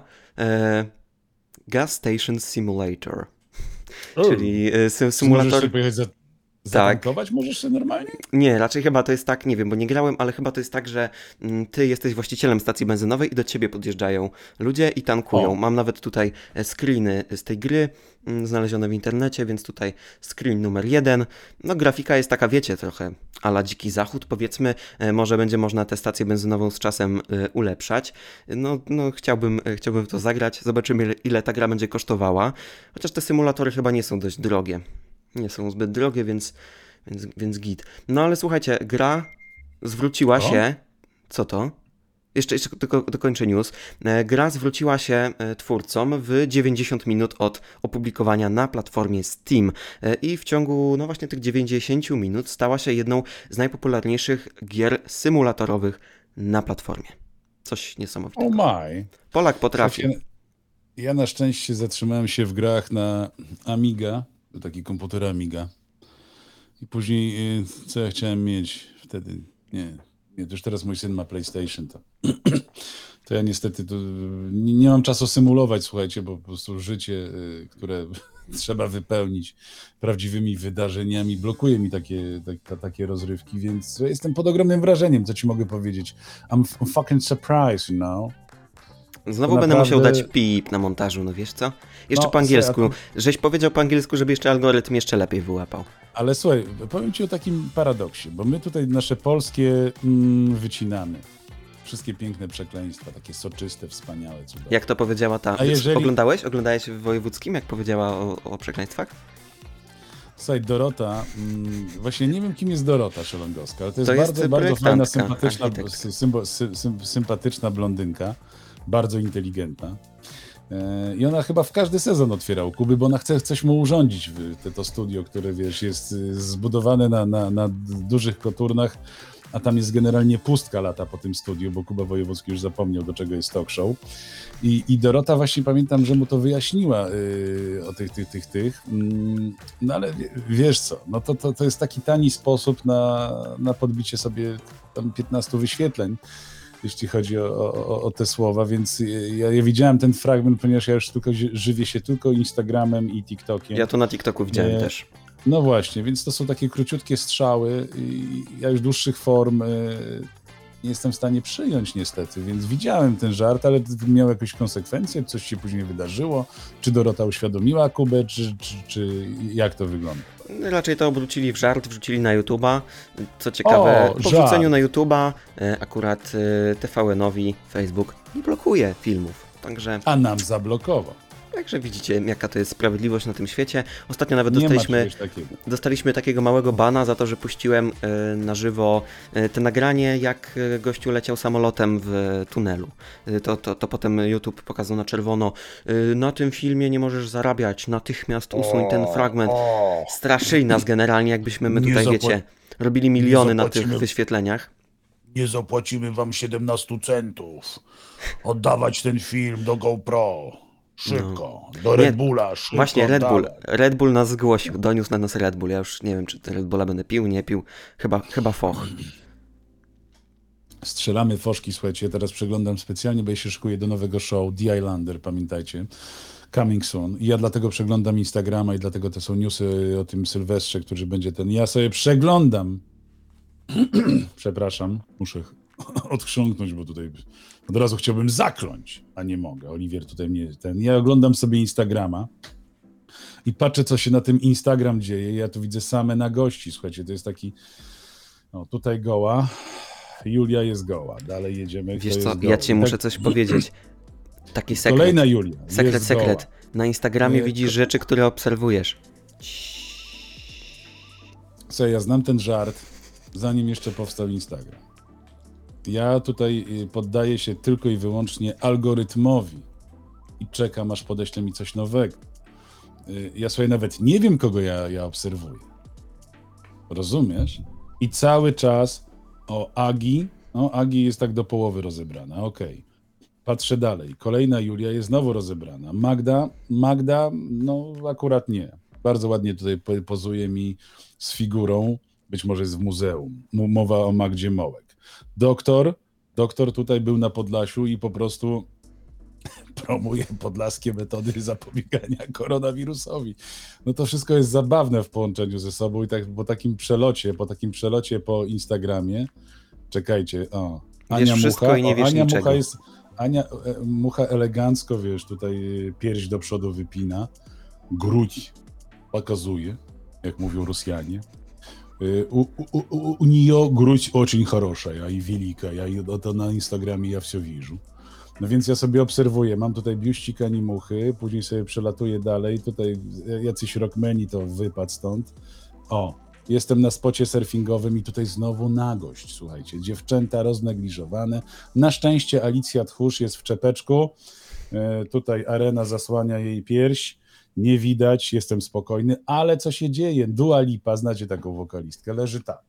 Gas Station Simulator, czyli symulator... Zatankować możesz sobie normalnie? Nie, raczej chyba to jest tak, nie wiem, bo nie grałem, ale chyba to jest tak, że ty jesteś właścicielem stacji benzynowej i do ciebie podjeżdżają ludzie i tankują. O. Mam nawet tutaj screeny z tej gry znalezione w internecie, więc tutaj screen numer 1. No grafika jest taka, wiecie, trochę a la Dziki Zachód, powiedzmy. Może będzie można tę stację benzynową z czasem ulepszać. No chciałbym w to zagrać. Zobaczymy, ile ta gra będzie kosztowała. Chociaż te symulatory chyba nie są dość drogie. Nie są zbyt drogie, więc git. No ale słuchajcie, gra zwróciła się... Co to? Jeszcze tylko dokończę news. Gra zwróciła się twórcom w 90 minut od opublikowania na platformie Steam i w ciągu no właśnie tych 90 minut stała się jedną z najpopularniejszych gier symulatorowych na platformie. Coś niesamowitego. my. Polak potrafi. Słuchajcie, ja na szczęście zatrzymałem się w grach na Amiga, to taki komputer Amiga. I później, co ja chciałem mieć wtedy? Nie, to już teraz mój syn ma PlayStation. To ja niestety nie mam czasu symulować, słuchajcie, bo po prostu życie, które trzeba wypełnić prawdziwymi wydarzeniami, blokuje mi takie rozrywki, więc jestem pod ogromnym wrażeniem, co ci mogę powiedzieć. I'm fucking surprised, you know? Znowu To będę musiał naprawdę- dać pip na montażu, no wiesz co? Jeszcze No, po angielsku. słuchaj, Żeś powiedział po angielsku, żeby jeszcze algorytm jeszcze lepiej wyłapał. Ale słuchaj, powiem ci o takim paradoksie, bo my tutaj nasze polskie wycinamy. Wszystkie piękne przekleństwa, takie soczyste, wspaniałe, cudowne. Jak to powiedziała ta... A jeżeli- Oglądałeś? Oglądałeś w Wojewódzkim, jak powiedziała o przekleństwach? Słuchaj, Dorota, właśnie nie wiem, kim jest Dorota Szelongowska, ale to jest To jest bardzo, bardzo fajna, projektantka, sympatyczna blondynka, bardzo inteligentna. I ona chyba w każdy sezon otwiera u Kuby, bo ona chce coś mu urządzić, to studio, które wiesz, jest zbudowane na dużych koturnach, a tam jest generalnie pustka lata po tym studiu, bo Kuba Wojewódzki już zapomniał, do czego jest talk show. I Dorota właśnie pamiętam, że mu to wyjaśniła o tych. No ale wiesz co, no to jest taki tani sposób na podbicie sobie tam 15 wyświetleń, jeśli chodzi o te słowa, więc ja widziałem ten fragment, ponieważ ja już żywię się tylko Instagramem i TikTokiem. Ja to na TikToku widziałem też. No właśnie, więc to są takie króciutkie strzały i ja już dłuższych form nie jestem w stanie przyjąć niestety, więc widziałem ten żart, ale miał jakieś konsekwencje, coś się później wydarzyło, czy Dorota uświadomiła Kubę, czy jak to wygląda? Raczej to obrócili w żart, wrzucili na YouTuba. Co ciekawe, po żart. wrzuceniu na YouTuba akurat TVN-owi Facebook nie blokuje filmów. Także widzicie, jaka to jest sprawiedliwość na tym świecie. Ostatnio nawet Nie ma czegoś takiego. dostaliśmy takiego małego bana za to, że puściłem na żywo te nagranie, jak gościu leciał samolotem w tunelu. To potem YouTube pokazał na czerwono. Na tym filmie nie możesz zarabiać, natychmiast usuń ten fragment. Straszyli nas generalnie, jakbyśmy my tutaj, wiecie, robili miliony na tych wyświetleniach. Nie zapłacimy wam 17 centów. Oddawać ten film do GoPro. Szybko. Do Nie, Red Bulla. Szybko Właśnie oddawaj. Red Bull nas zgłosił, doniósł na nas Red Bull. Ja już nie wiem, czy Red Bulla będę pił, nie pił. Chyba foch. Strzelamy foszki, słuchajcie, ja teraz przeglądam specjalnie, bo ja się szykuję do nowego show, The Islander, pamiętajcie, coming soon. I ja dlatego przeglądam Instagrama i dlatego to są newsy o tym Sylwestrze, który będzie ten... Ja sobie przeglądam. Przepraszam, muszę odchrząknąć, bo tutaj od razu chciałbym zakląć, a nie mogę. Oliwier tutaj mnie... Ja oglądam sobie Instagrama i patrzę, co się na tym Instagram dzieje. Ja tu widzę same nagości, słuchajcie, to jest taki... No, tutaj goła. Julia jest goła. Dalej jedziemy. Wiesz Kto co, jest goły? ja ci muszę coś powiedzieć. Taki sekret. Kolejna Julia. Sekret. jest goła. Na Instagramie Nie, widzisz rzeczy, które obserwujesz. Słuchaj, ja znam ten żart, zanim jeszcze powstał Instagram. Ja tutaj poddaję się tylko i wyłącznie algorytmowi i czekam, aż podeślę mi coś nowego. Ja sobie nawet nie wiem, kogo ja obserwuję. Rozumiesz? I cały czas Agi, no Agi jest tak do połowy rozebrana, okej. Patrzę dalej, kolejna Julia jest znowu rozebrana. Magda, no akurat nie. Bardzo ładnie tutaj pozuje mi z figurą, być może jest w muzeum. Mowa o Magdzie Mołek. Doktor tutaj był na Podlasiu i po prostu promuje podlaskie metody zapobiegania koronawirusowi. No to wszystko jest zabawne w połączeniu ze sobą i tak po takim przelocie po Instagramie, czekajcie, Wiesz wszystko i nie wiesz Ania niczego. Mucha elegancko, wiesz, tutaj pierś do przodu wypina, грудь pokazuje, jak mówią Rosjanie. У нее грудь очень хорошая и великая, to na Instagramie ja все вижу. No więc ja sobie obserwuję, mam tutaj biuścik Ani Muchy, później sobie przelatuję dalej, tutaj jacyś rockmeni to wypadł stąd. Jestem na spocie surfingowym i tutaj znowu nagość, słuchajcie, dziewczęta roznegliżowane. Na szczęście Alicja Tchórz jest w czepeczku, tutaj arena zasłania jej pierś, nie widać, jestem spokojny, ale co się dzieje? Dua Lipa, znacie taką wokalistkę, leży tak.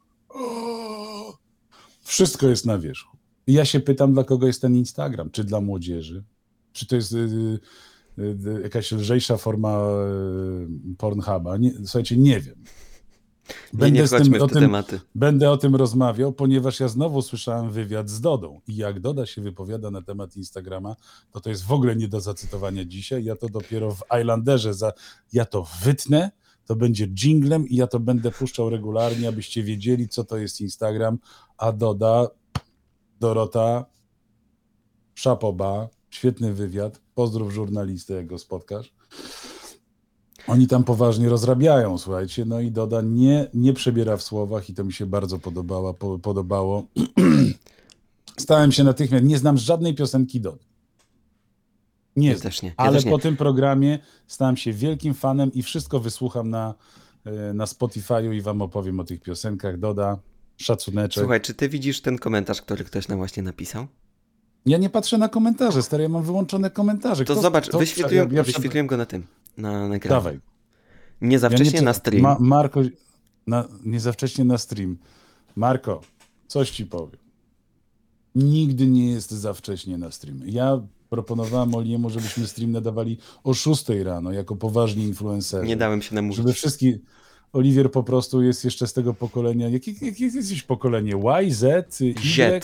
Wszystko jest na wierzchu. I ja się pytam, dla kogo jest ten Instagram? Czy dla młodzieży? Czy to jest jakaś lżejsza forma Pornhuba? Słuchajcie, nie wiem. Nie wchodźmy w te tematy. Będę o tym rozmawiał, ponieważ ja znowu słyszałem wywiad z Dodą. I jak Doda się wypowiada na temat Instagrama, to jest w ogóle nie do zacytowania dzisiaj. Ja to dopiero w Islanderze, ja to wytnę, to będzie dżinglem i ja to będę puszczał regularnie, abyście wiedzieli, co to jest Instagram. A Dorota, szapoba, świetny wywiad. Pozdrów żurnalistę, jak go spotkasz. Oni tam poważnie rozrabiają, słuchajcie, no i Doda nie przebiera w słowach i to mi się bardzo podobało. Stałem się natychmiast, nie znam żadnej piosenki Dody. Nie znam, ale po tym programie stałem się wielkim fanem i wszystko wysłucham na Spotify'u i wam opowiem o tych piosenkach. Doda, szacuneczek. Słuchaj, czy ty widzisz ten komentarz, który ktoś nam właśnie napisał? Ja nie patrzę na komentarze, stary, ja mam wyłączone komentarze. To zobacz, wyświetliłem go na ekranie. Dawaj. Nie za wcześnie na stream. Marko, nie za wcześnie na stream. Marko, coś ci powiem. Nigdy nie jest za wcześnie na stream. Ja proponowałem Oliemu, żebyśmy stream nadawali o 6 rano, jako poważni influencerzy. Nie dałem się namówić. Żeby wszystkich... Oliwier po prostu jest jeszcze z tego pokolenia. Jakie jesteś pokolenie? Y, Z, Y?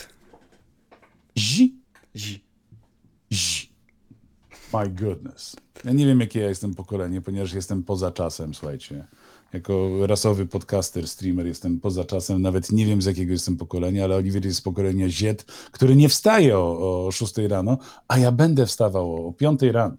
Z. My goodness. Ja nie wiem, jakie ja jestem pokolenie, ponieważ jestem poza czasem, słuchajcie. Jako rasowy podcaster, streamer jestem poza czasem. Nawet nie wiem, z jakiego jestem pokolenia, ale Oliwier jest z pokolenia Z, który nie wstaje o 6 rano, a ja będę wstawał o 5 rano.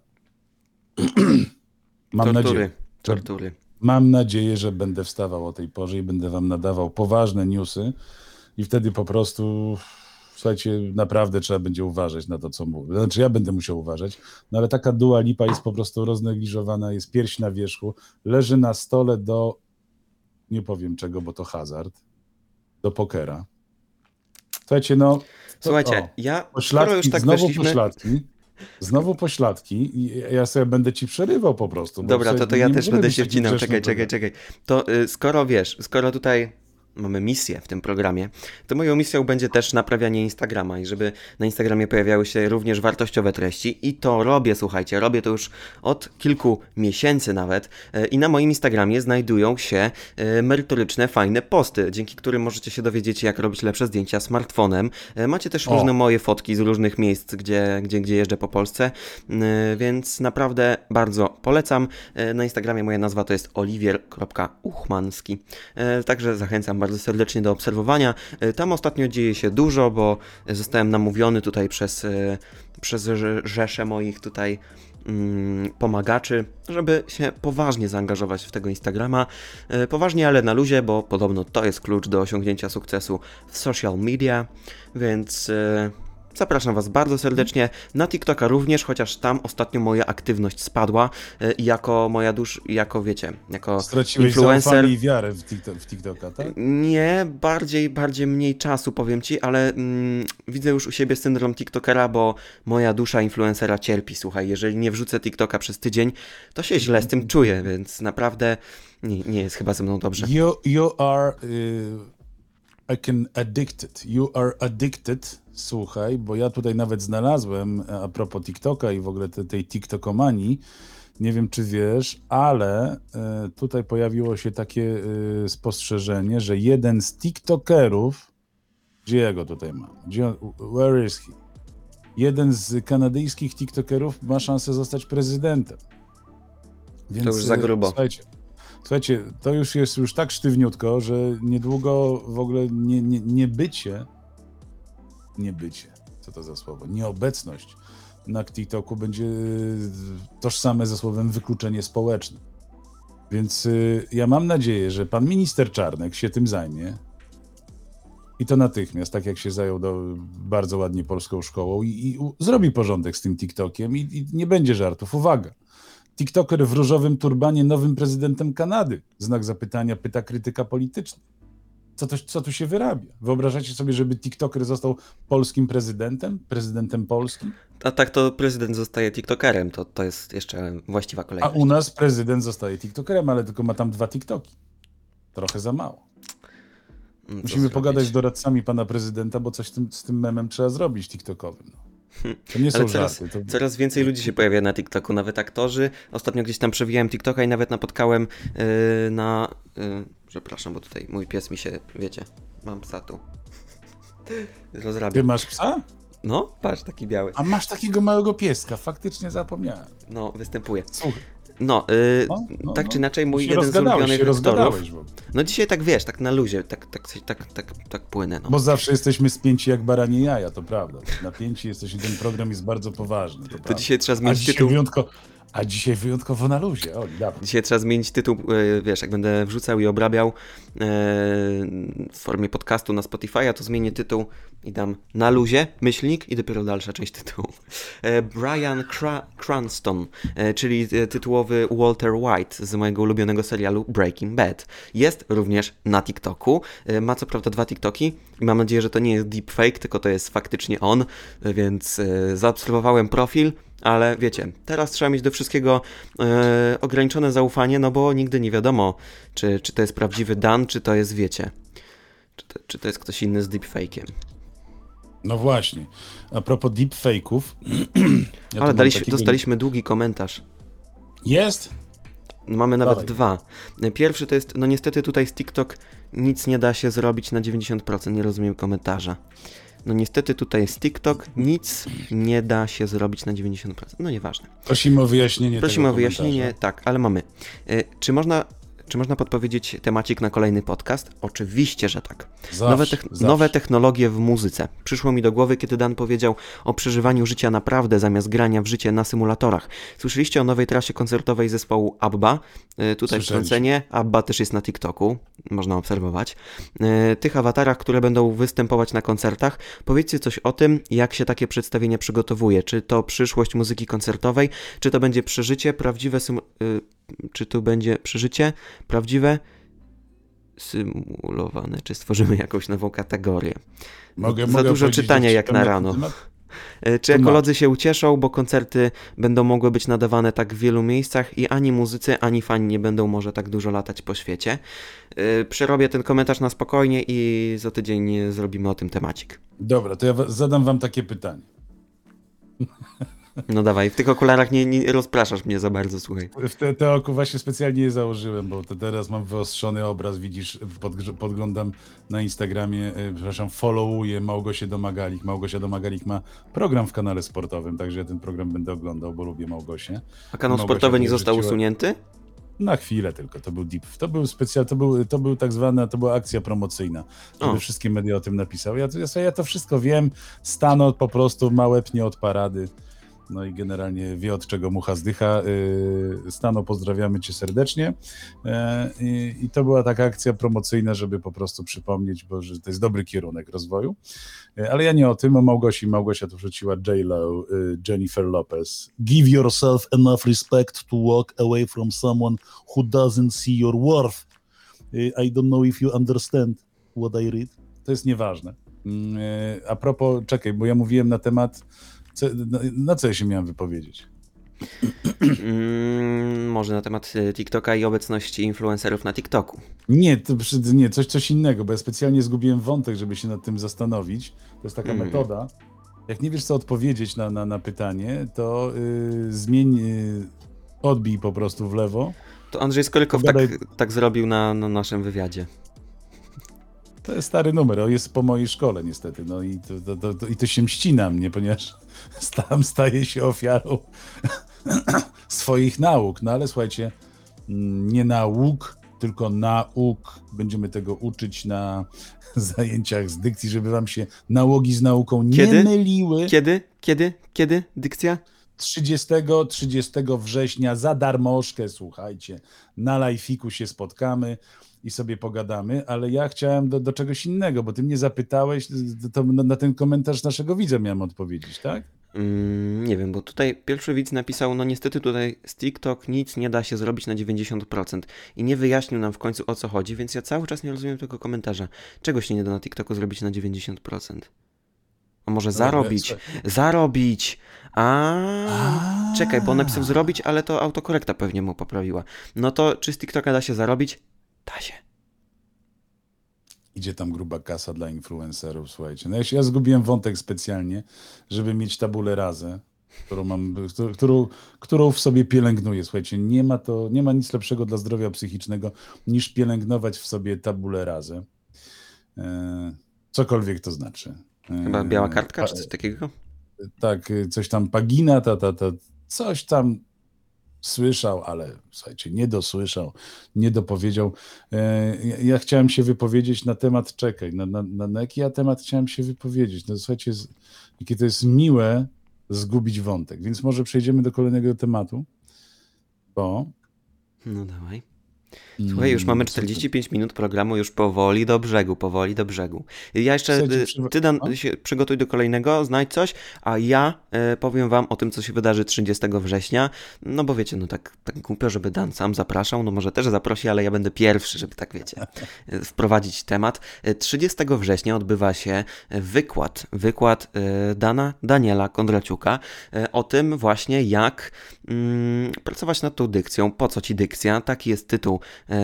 Tortury. Mam nadzieję, że będę wstawał o tej porze i będę wam nadawał poważne newsy i wtedy po prostu... Słuchajcie, naprawdę trzeba będzie uważać na to, co mówię. Znaczy ja będę musiał uważać, no ale taka Dua Lipa jest po prostu roznegliżowana, jest pierś na wierzchu, leży na stole do, nie powiem czego, bo to hazard, do pokera. Słuchajcie, no... Słuchajcie, skoro już tak weszliśmy... Znowu pośladki i ja sobie będę ci przerywał po prostu. Dobra, to ja też będę się wcinał, czekaj. To skoro tutaj... mamy misję w tym programie, to moją misją będzie też naprawianie Instagrama i żeby na Instagramie pojawiały się również wartościowe treści i to robię, słuchajcie, robię to już od kilku miesięcy nawet i na moim Instagramie znajdują się merytoryczne, fajne posty, dzięki którym możecie się dowiedzieć, jak robić lepsze zdjęcia smartfonem. Macie też różne moje fotki z różnych miejsc, gdzie jeżdżę po Polsce, więc naprawdę bardzo polecam. Na Instagramie moja nazwa to jest oliwier.uchmanski, także zachęcam bardzo serdecznie do obserwowania. Tam ostatnio dzieje się dużo, bo zostałem namówiony tutaj przez rzeszę moich tutaj pomagaczy, żeby się poważnie zaangażować w tego Instagrama. Poważnie, ale na luzie, bo podobno to jest klucz do osiągnięcia sukcesu w social media, więc... zapraszam Was bardzo serdecznie na TikToka również, chociaż tam ostatnio moja aktywność spadła i jako Straciłeś influencer... zaufanie i wiarę w TikToka, tak? Nie, bardziej mniej czasu, powiem Ci, ale widzę już u siebie syndrom TikTokera, bo moja dusza influencera cierpi, słuchaj, jeżeli nie wrzucę TikToka przez tydzień, to się źle z tym czuję, więc naprawdę nie jest chyba ze mną dobrze. You are addicted, słuchaj, bo ja tutaj nawet znalazłem, a propos TikToka i w ogóle tej TikTokomanii, nie wiem czy wiesz, ale tutaj pojawiło się takie spostrzeżenie, że jeden z TikTokerów, gdzie ja go tutaj mam? Where is he? jeden z kanadyjskich tiktokerów ma szansę zostać prezydentem. Więc, To już za grubo. Słuchajcie, to już jest tak sztywniutko, że niedługo w ogóle niebycie, co to za słowo, nieobecność na TikToku będzie tożsame ze słowem wykluczenie społeczne. Więc ja mam nadzieję, że pan minister Czarnek się tym zajmie i to natychmiast, tak jak się zajął bardzo ładnie polską szkołą i zrobi porządek z tym TikTokiem i nie będzie żartów. Uwaga! TikToker w różowym turbanie nowym prezydentem Kanady. Znak zapytania, pyta krytyka polityczny. Co tu się wyrabia? Wyobrażacie sobie, żeby TikToker został polskim prezydentem? Prezydentem Polski? A tak to prezydent zostaje TikTokerem, to jest jeszcze właściwa A kolejność. u nas prezydent zostaje TikTokerem, ale tylko ma tam 2 TikToki. Trochę za mało. Musimy pogadać z doradcami pana prezydenta, bo coś z tym memem trzeba zrobić TikTokowym. To nie są Ale żarty. coraz więcej ludzi się pojawia na TikToku, nawet aktorzy. Ostatnio gdzieś tam przewijałem TikToka i nawet napotkałem przepraszam, bo tutaj mój pies mi się, wiecie, mam psa tu. Rozrabia. Ty masz psa? No, patrz, taki biały. A masz takiego małego pieska, faktycznie zapomniałem. No, występuje. Słuchaj. Tak czy inaczej mój Się jeden z ulubionych aktorów. rozgadałeś, bo... No dzisiaj tak wiesz, tak na luzie, tak płynę. No. Bo zawsze jesteśmy spięci jak baranie jaja, to prawda. Napięci jesteśmy, ten program jest bardzo poważny. To dzisiaj trzeba zmienić tytuł. A dzisiaj wyjątkowo na luzie. O, dawaj. Dzisiaj trzeba zmienić tytuł, wiesz, jak będę wrzucał i obrabiał w formie podcastu na Spotify'a, to zmienię tytuł i dam na luzie, myślnik i dopiero dalsza część tytułu. Bryan Cranston, czyli tytułowy Walter White z mojego ulubionego serialu Breaking Bad. Jest również na TikToku. Ma co prawda 2 TikToki i mam nadzieję, że to nie jest deepfake, tylko to jest faktycznie on, więc zaobserwowałem profil. Ale wiecie, teraz trzeba mieć do wszystkiego ograniczone zaufanie, no bo nigdy nie wiadomo, czy to jest prawdziwy Dan, czy to jest, wiecie, czy to jest ktoś inny z deepfake'iem. No właśnie. A propos deepfake'ów... Ale dostaliśmy długi komentarz. Jest? Mamy nawet Dawaj. 2. Pierwszy to jest, no niestety tutaj z TikTok nic nie da się zrobić na 90%, nie rozumiem komentarza. No niestety tutaj jest TikTok, nic nie da się zrobić na 90%. No nieważne. Prosimy o wyjaśnienie Prosimy tego o wyjaśnienie, komentarza. tak, ale mamy. Czy można podpowiedzieć temacik na kolejny podcast? Oczywiście, że tak. Zawsze. Nowe technologie w muzyce. Przyszło mi do głowy, kiedy Dan powiedział o przeżywaniu życia naprawdę zamiast grania w życie na symulatorach. Słyszeliście o nowej trasie koncertowej zespołu ABBA? Tutaj wtrącenie. ABBA też jest na TikToku. Można obserwować. Tych awatarach, które będą występować na koncertach. Powiedzcie coś o tym, jak się takie przedstawienie przygotowuje. Czy to przyszłość muzyki koncertowej? Czy to będzie przeżycie, prawdziwe, symulowane, czy stworzymy jakąś nową kategorię? Za dużo czytania jak na rano. Czy ekolodzy się ucieszą, bo koncerty będą mogły być nadawane tak w wielu miejscach i ani muzycy, ani fani nie będą może tak dużo latać po świecie. Przerobię ten komentarz na spokojnie i za tydzień zrobimy o tym temacik. Dobra, to ja zadam wam takie pytanie. No dawaj, w tych okularach nie rozpraszasz mnie za bardzo, słuchaj. Te oku właśnie specjalnie je założyłem, bo to teraz mam wyostrzony obraz, widzisz, podglądam na Instagramie, followuję Małgosię Domagalik. Małgosia Domagalik ma program w kanale sportowym, także ja ten program będę oglądał, bo lubię Małgosię. A kanał Małgosia sportowy nie tutaj został rzuciła- usunięty? Na chwilę tylko, to był deep. To był to był tak zwana, to była akcja promocyjna, żeby O. wszystkie media o tym napisały. Ja to wszystko wiem, Stano po prostu ma łeb nie od parady. No i generalnie wie, od czego mucha zdycha. Stano, pozdrawiamy cię serdecznie. I to była taka akcja promocyjna, żeby po prostu przypomnieć, bo że to jest dobry kierunek rozwoju. Ale ja nie o tym, o Małgosi. Małgosia tu wrzuciła J-Lo, Jennifer Lopez. Give yourself enough respect to walk away from someone who doesn't see your worth. I don't know if you understand what I read. To jest nieważne. A propos, czekaj, bo ja mówiłem na temat... Na co ja się miałem wypowiedzieć? Może na temat TikToka i obecności influencerów na TikToku. Nie, coś innego, bo ja specjalnie zgubiłem wątek, żeby się nad tym zastanowić. To jest taka metoda. Jak nie wiesz, co odpowiedzieć na pytanie, to zmień, odbij po prostu w lewo. To Andrzej Skorykow tak zrobił na naszym wywiadzie. To jest stary numer, on jest po mojej szkole niestety, no i to się mści na mnie, ponieważ tam staje się ofiarą swoich nauk. No ale słuchajcie, nie nauk, tylko nauk. Będziemy tego uczyć na zajęciach z dykcji, żeby wam się nałogi z nauką nie myliły. Kiedy? Dykcja? 30 września za darmożkę, słuchajcie, na live'iku się spotkamy i sobie pogadamy, ale ja chciałem do czegoś innego, bo ty mnie zapytałeś, to na ten komentarz naszego widza miałem odpowiedzieć, tak? Nie wiem, bo tutaj pierwszy widz napisał, no niestety tutaj z TikTok nic nie da się zrobić na 90% i nie wyjaśnił nam w końcu o co chodzi, więc ja cały czas nie rozumiem tego komentarza. Czego się nie da na TikToku zrobić na 90%? A może zarobić? Zarobić! Czekaj, bo on napisał zrobić, ale to autokorekta pewnie mu poprawiła. No to czy z TikToka da się zarobić? Da się. Idzie tam gruba kasa dla influencerów, słuchajcie. No ja zgubiłem wątek specjalnie, żeby mieć tabulę razę, którą w sobie pielęgnuję. Słuchajcie, nie ma nic lepszego dla zdrowia psychicznego niż pielęgnować w sobie tabulę razę. Cokolwiek to znaczy. Chyba biała kartka czy coś takiego? Tak, coś tam pagina, coś tam słyszał, ale słuchajcie, nie dosłyszał, nie dopowiedział. Ja chciałem się wypowiedzieć na temat, na jaki ja temat chciałem się wypowiedzieć? No słuchajcie, jakie to jest miłe zgubić wątek, więc może przejdziemy do kolejnego tematu, bo... No dawaj. Słuchaj, już mamy 45 minut programu, już powoli do brzegu. Ja jeszcze, ty Dan, się przygotuj do kolejnego, znajdź coś, a ja powiem wam o tym, co się wydarzy 30 września, no bo wiecie, no tak głupio, żeby Dan sam zapraszał, no może też zaprosi, ale ja będę pierwszy, żeby tak wiecie, wprowadzić temat. 30 września odbywa się wykład Daniela Kondraciuka o tym właśnie, jak pracować nad tą dykcją, po co ci dykcja, taki jest tytuł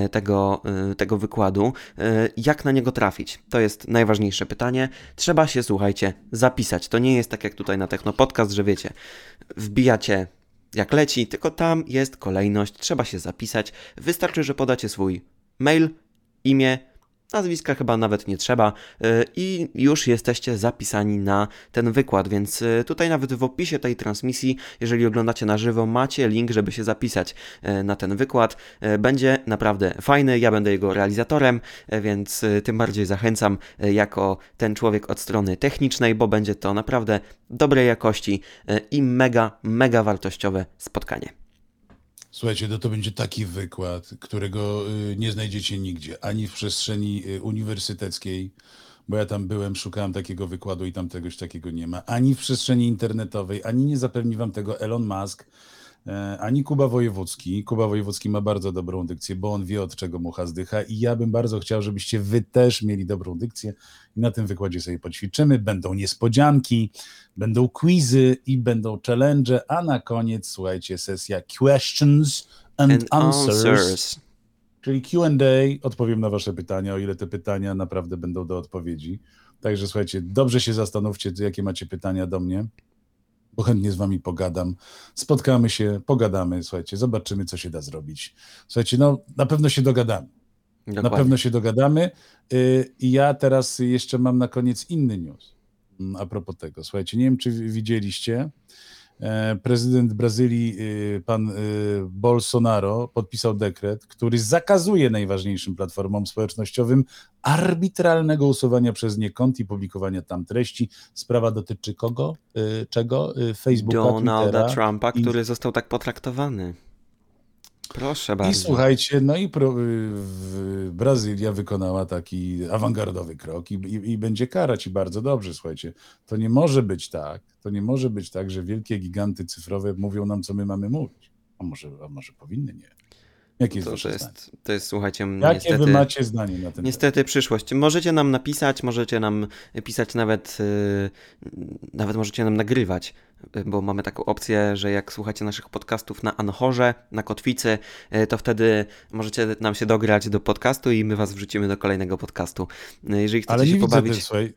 tego wykładu, jak na niego trafić? To jest najważniejsze pytanie. Trzeba się, słuchajcie, zapisać. To nie jest tak jak tutaj na Technopodcast, że wiecie, wbijacie jak leci, tylko tam jest kolejność, trzeba się zapisać. Wystarczy, że podacie swój mail, imię, nazwiska chyba nawet nie trzeba i już jesteście zapisani na ten wykład, więc tutaj nawet w opisie tej transmisji, jeżeli oglądacie na żywo, macie link, żeby się zapisać na ten wykład. Będzie naprawdę fajny, ja będę jego realizatorem, więc tym bardziej zachęcam jako ten człowiek od strony technicznej, bo będzie to naprawdę dobrej jakości i mega wartościowe spotkanie. Słuchajcie, to będzie taki wykład, którego nie znajdziecie nigdzie, ani w przestrzeni uniwersyteckiej, bo ja tam byłem, szukałem takiego wykładu i tam czegoś takiego nie ma, ani w przestrzeni internetowej, ani nie zapewni wam tego Elon Musk, ani Kuba Wojewódzki. Kuba Wojewódzki ma bardzo dobrą dykcję, bo on wie, od czego mucha zdycha i ja bym bardzo chciał, żebyście wy też mieli dobrą dykcję i na tym wykładzie sobie poćwiczymy. Będą niespodzianki, będą quizy i będą challenge, a na koniec, słuchajcie, sesja questions and answers. Czyli Q&A, odpowiem na wasze pytania, o ile te pytania naprawdę będą do odpowiedzi. Także słuchajcie, dobrze się zastanówcie, jakie macie pytania do mnie, bo chętnie z wami pogadam. Spotkamy się, pogadamy, słuchajcie, zobaczymy, co się da zrobić. Słuchajcie, no na pewno się dogadamy. Dokładnie. Na pewno się dogadamy. I ja teraz jeszcze mam na koniec inny news a propos tego. Słuchajcie, nie wiem, czy widzieliście, prezydent Brazylii, pan Bolsonaro, podpisał dekret, który zakazuje najważniejszym platformom społecznościowym arbitralnego usuwania przez nie kont i publikowania tam treści. Sprawa dotyczy kogo? Czego? Facebooka, Donalda Twittera, Trumpa, który został tak potraktowany. Proszę bardzo. I słuchajcie, no i Brazylia wykonała taki awangardowy krok i będzie karać i bardzo dobrze, słuchajcie. To nie może być tak, że wielkie giganty cyfrowe mówią nam, co my mamy mówić. A może powinny, nie? Jakie jest wasze zdanie? To jest, słuchajcie, Jakie niestety, wy macie zdanie na ten niestety przyszłość. Możecie nam napisać, możecie nam pisać nawet możecie nam nagrywać, bo mamy taką opcję, że jak słuchacie naszych podcastów na Anchorze, na Kotwicy, to wtedy możecie nam się dograć do podcastu i my was wrzucimy do kolejnego podcastu. Jeżeli chcecie Ale nie się widzę pobawić... też, słuchaj,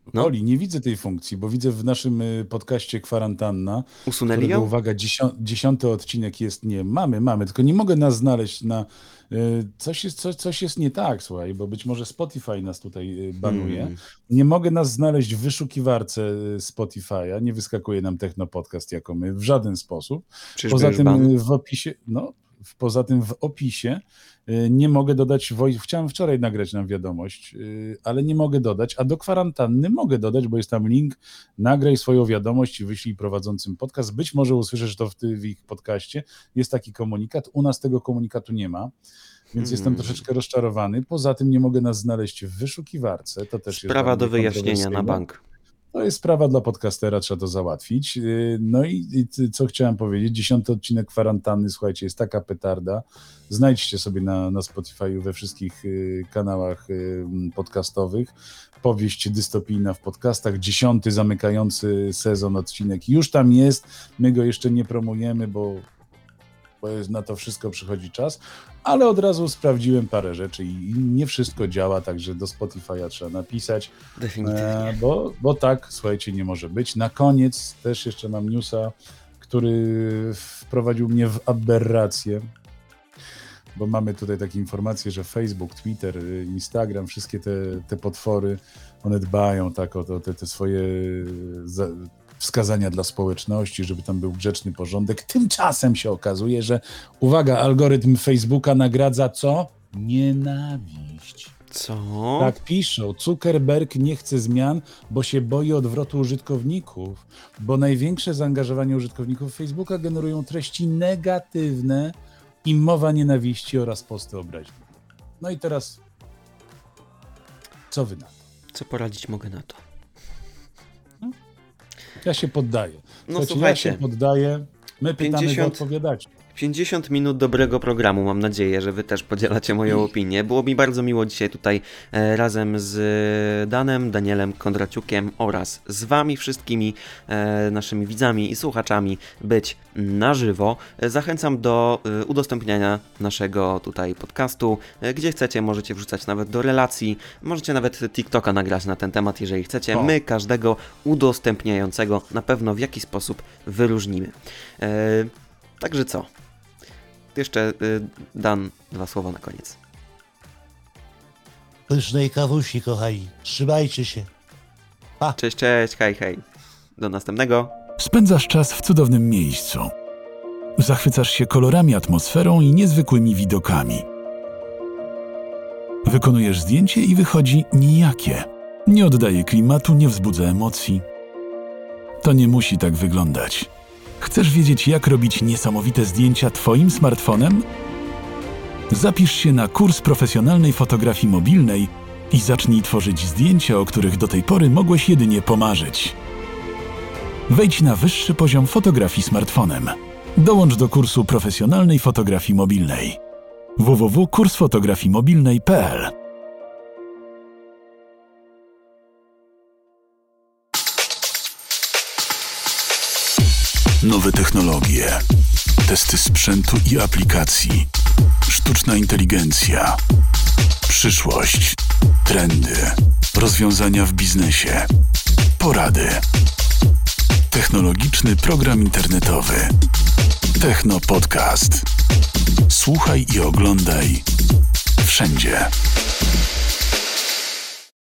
No. Oli, nie widzę tej funkcji, bo widzę w naszym podcaście Kwarantanna, Usunęli którego, ją? uwaga, 10 odcinek jest, nie, mamy, tylko nie mogę nas znaleźć na... Coś jest nie tak, słuchaj, bo być może Spotify nas tutaj banuje. Nie mogę nas znaleźć w wyszukiwarce Spotify'a, nie wyskakuje nam Technopodcast jako my w żaden sposób. Czyżby Poza już tym ban? w opisie, poza tym w opisie nie mogę dodać, chciałem wczoraj nagrać nam wiadomość, ale nie mogę dodać, a do kwarantanny mogę dodać, bo jest tam link, nagraj swoją wiadomość i wyślij prowadzącym podcast. Być może usłyszysz to w ich podcaście. Jest taki komunikat, u nas tego komunikatu nie ma, więc jestem troszeczkę rozczarowany. Poza tym nie mogę nas znaleźć w wyszukiwarce. To też Sprawa jest do dla mnie wyjaśnienia na kontrowersyjne. bank. To jest sprawa dla podcastera, trzeba to załatwić. No i co chciałem powiedzieć, 10 odcinek Kwarantanny, słuchajcie, jest taka petarda. Znajdźcie sobie na Spotify'u we wszystkich kanałach podcastowych. Powieść dystopijna w podcastach, 10 zamykający sezon odcinek już tam jest. My go jeszcze nie promujemy, bo na to wszystko przychodzi czas, ale od razu sprawdziłem parę rzeczy i nie wszystko działa, także do Spotify'a trzeba napisać, Definitywnie. bo tak, słuchajcie, nie może być. Na koniec też jeszcze mam newsa, który wprowadził mnie w aberrację, bo mamy tutaj takie informacje, że Facebook, Twitter, Instagram, wszystkie te potwory, one dbają tak o te swoje wskazania dla społeczności, żeby tam był grzeczny porządek. Tymczasem się okazuje, że uwaga, algorytm Facebooka nagradza co? Nienawiść. Co? Tak piszą. Zuckerberg nie chce zmian, bo się boi odwrotu użytkowników, bo największe zaangażowanie użytkowników Facebooka generują treści negatywne i mowa nienawiści oraz posty obraźliwe. No i teraz co wy na to? Co poradzić mogę na to? Ja się poddaję. Słuchajcie, ja się poddaję. My pytamy, 50 wy odpowiadacie. 50 minut dobrego programu, mam nadzieję, że wy też podzielacie moją opinię. Było mi bardzo miło dzisiaj tutaj razem z Danielem Kondraciukiem oraz z wami wszystkimi naszymi widzami i słuchaczami być na żywo. Zachęcam do udostępniania naszego tutaj podcastu. Gdzie chcecie, możecie wrzucać nawet do relacji, możecie nawet TikToka nagrać na ten temat, jeżeli chcecie. My każdego udostępniającego na pewno w jakiś sposób wyróżnimy. Także co? Jeszcze Dan, 2 słowa na koniec. Pysznej kawusi, kochani. Trzymajcie się. Cześć, hej. Do następnego. Spędzasz czas w cudownym miejscu. Zachwycasz się kolorami, atmosferą i niezwykłymi widokami. Wykonujesz zdjęcie i wychodzi nijakie. Nie oddaje klimatu, nie wzbudza emocji. To nie musi tak wyglądać. Chcesz wiedzieć, jak robić niesamowite zdjęcia twoim smartfonem? Zapisz się na kurs profesjonalnej fotografii mobilnej i zacznij tworzyć zdjęcia, o których do tej pory mogłeś jedynie pomarzyć. Wejdź na wyższy poziom fotografii smartfonem. Dołącz do kursu profesjonalnej fotografii mobilnej. www.kursfotografimobilnej.pl. Nowe technologie, testy sprzętu i aplikacji, sztuczna inteligencja, przyszłość, trendy, rozwiązania w biznesie, porady. Technologiczny program internetowy. Technopodcast. Słuchaj i oglądaj wszędzie.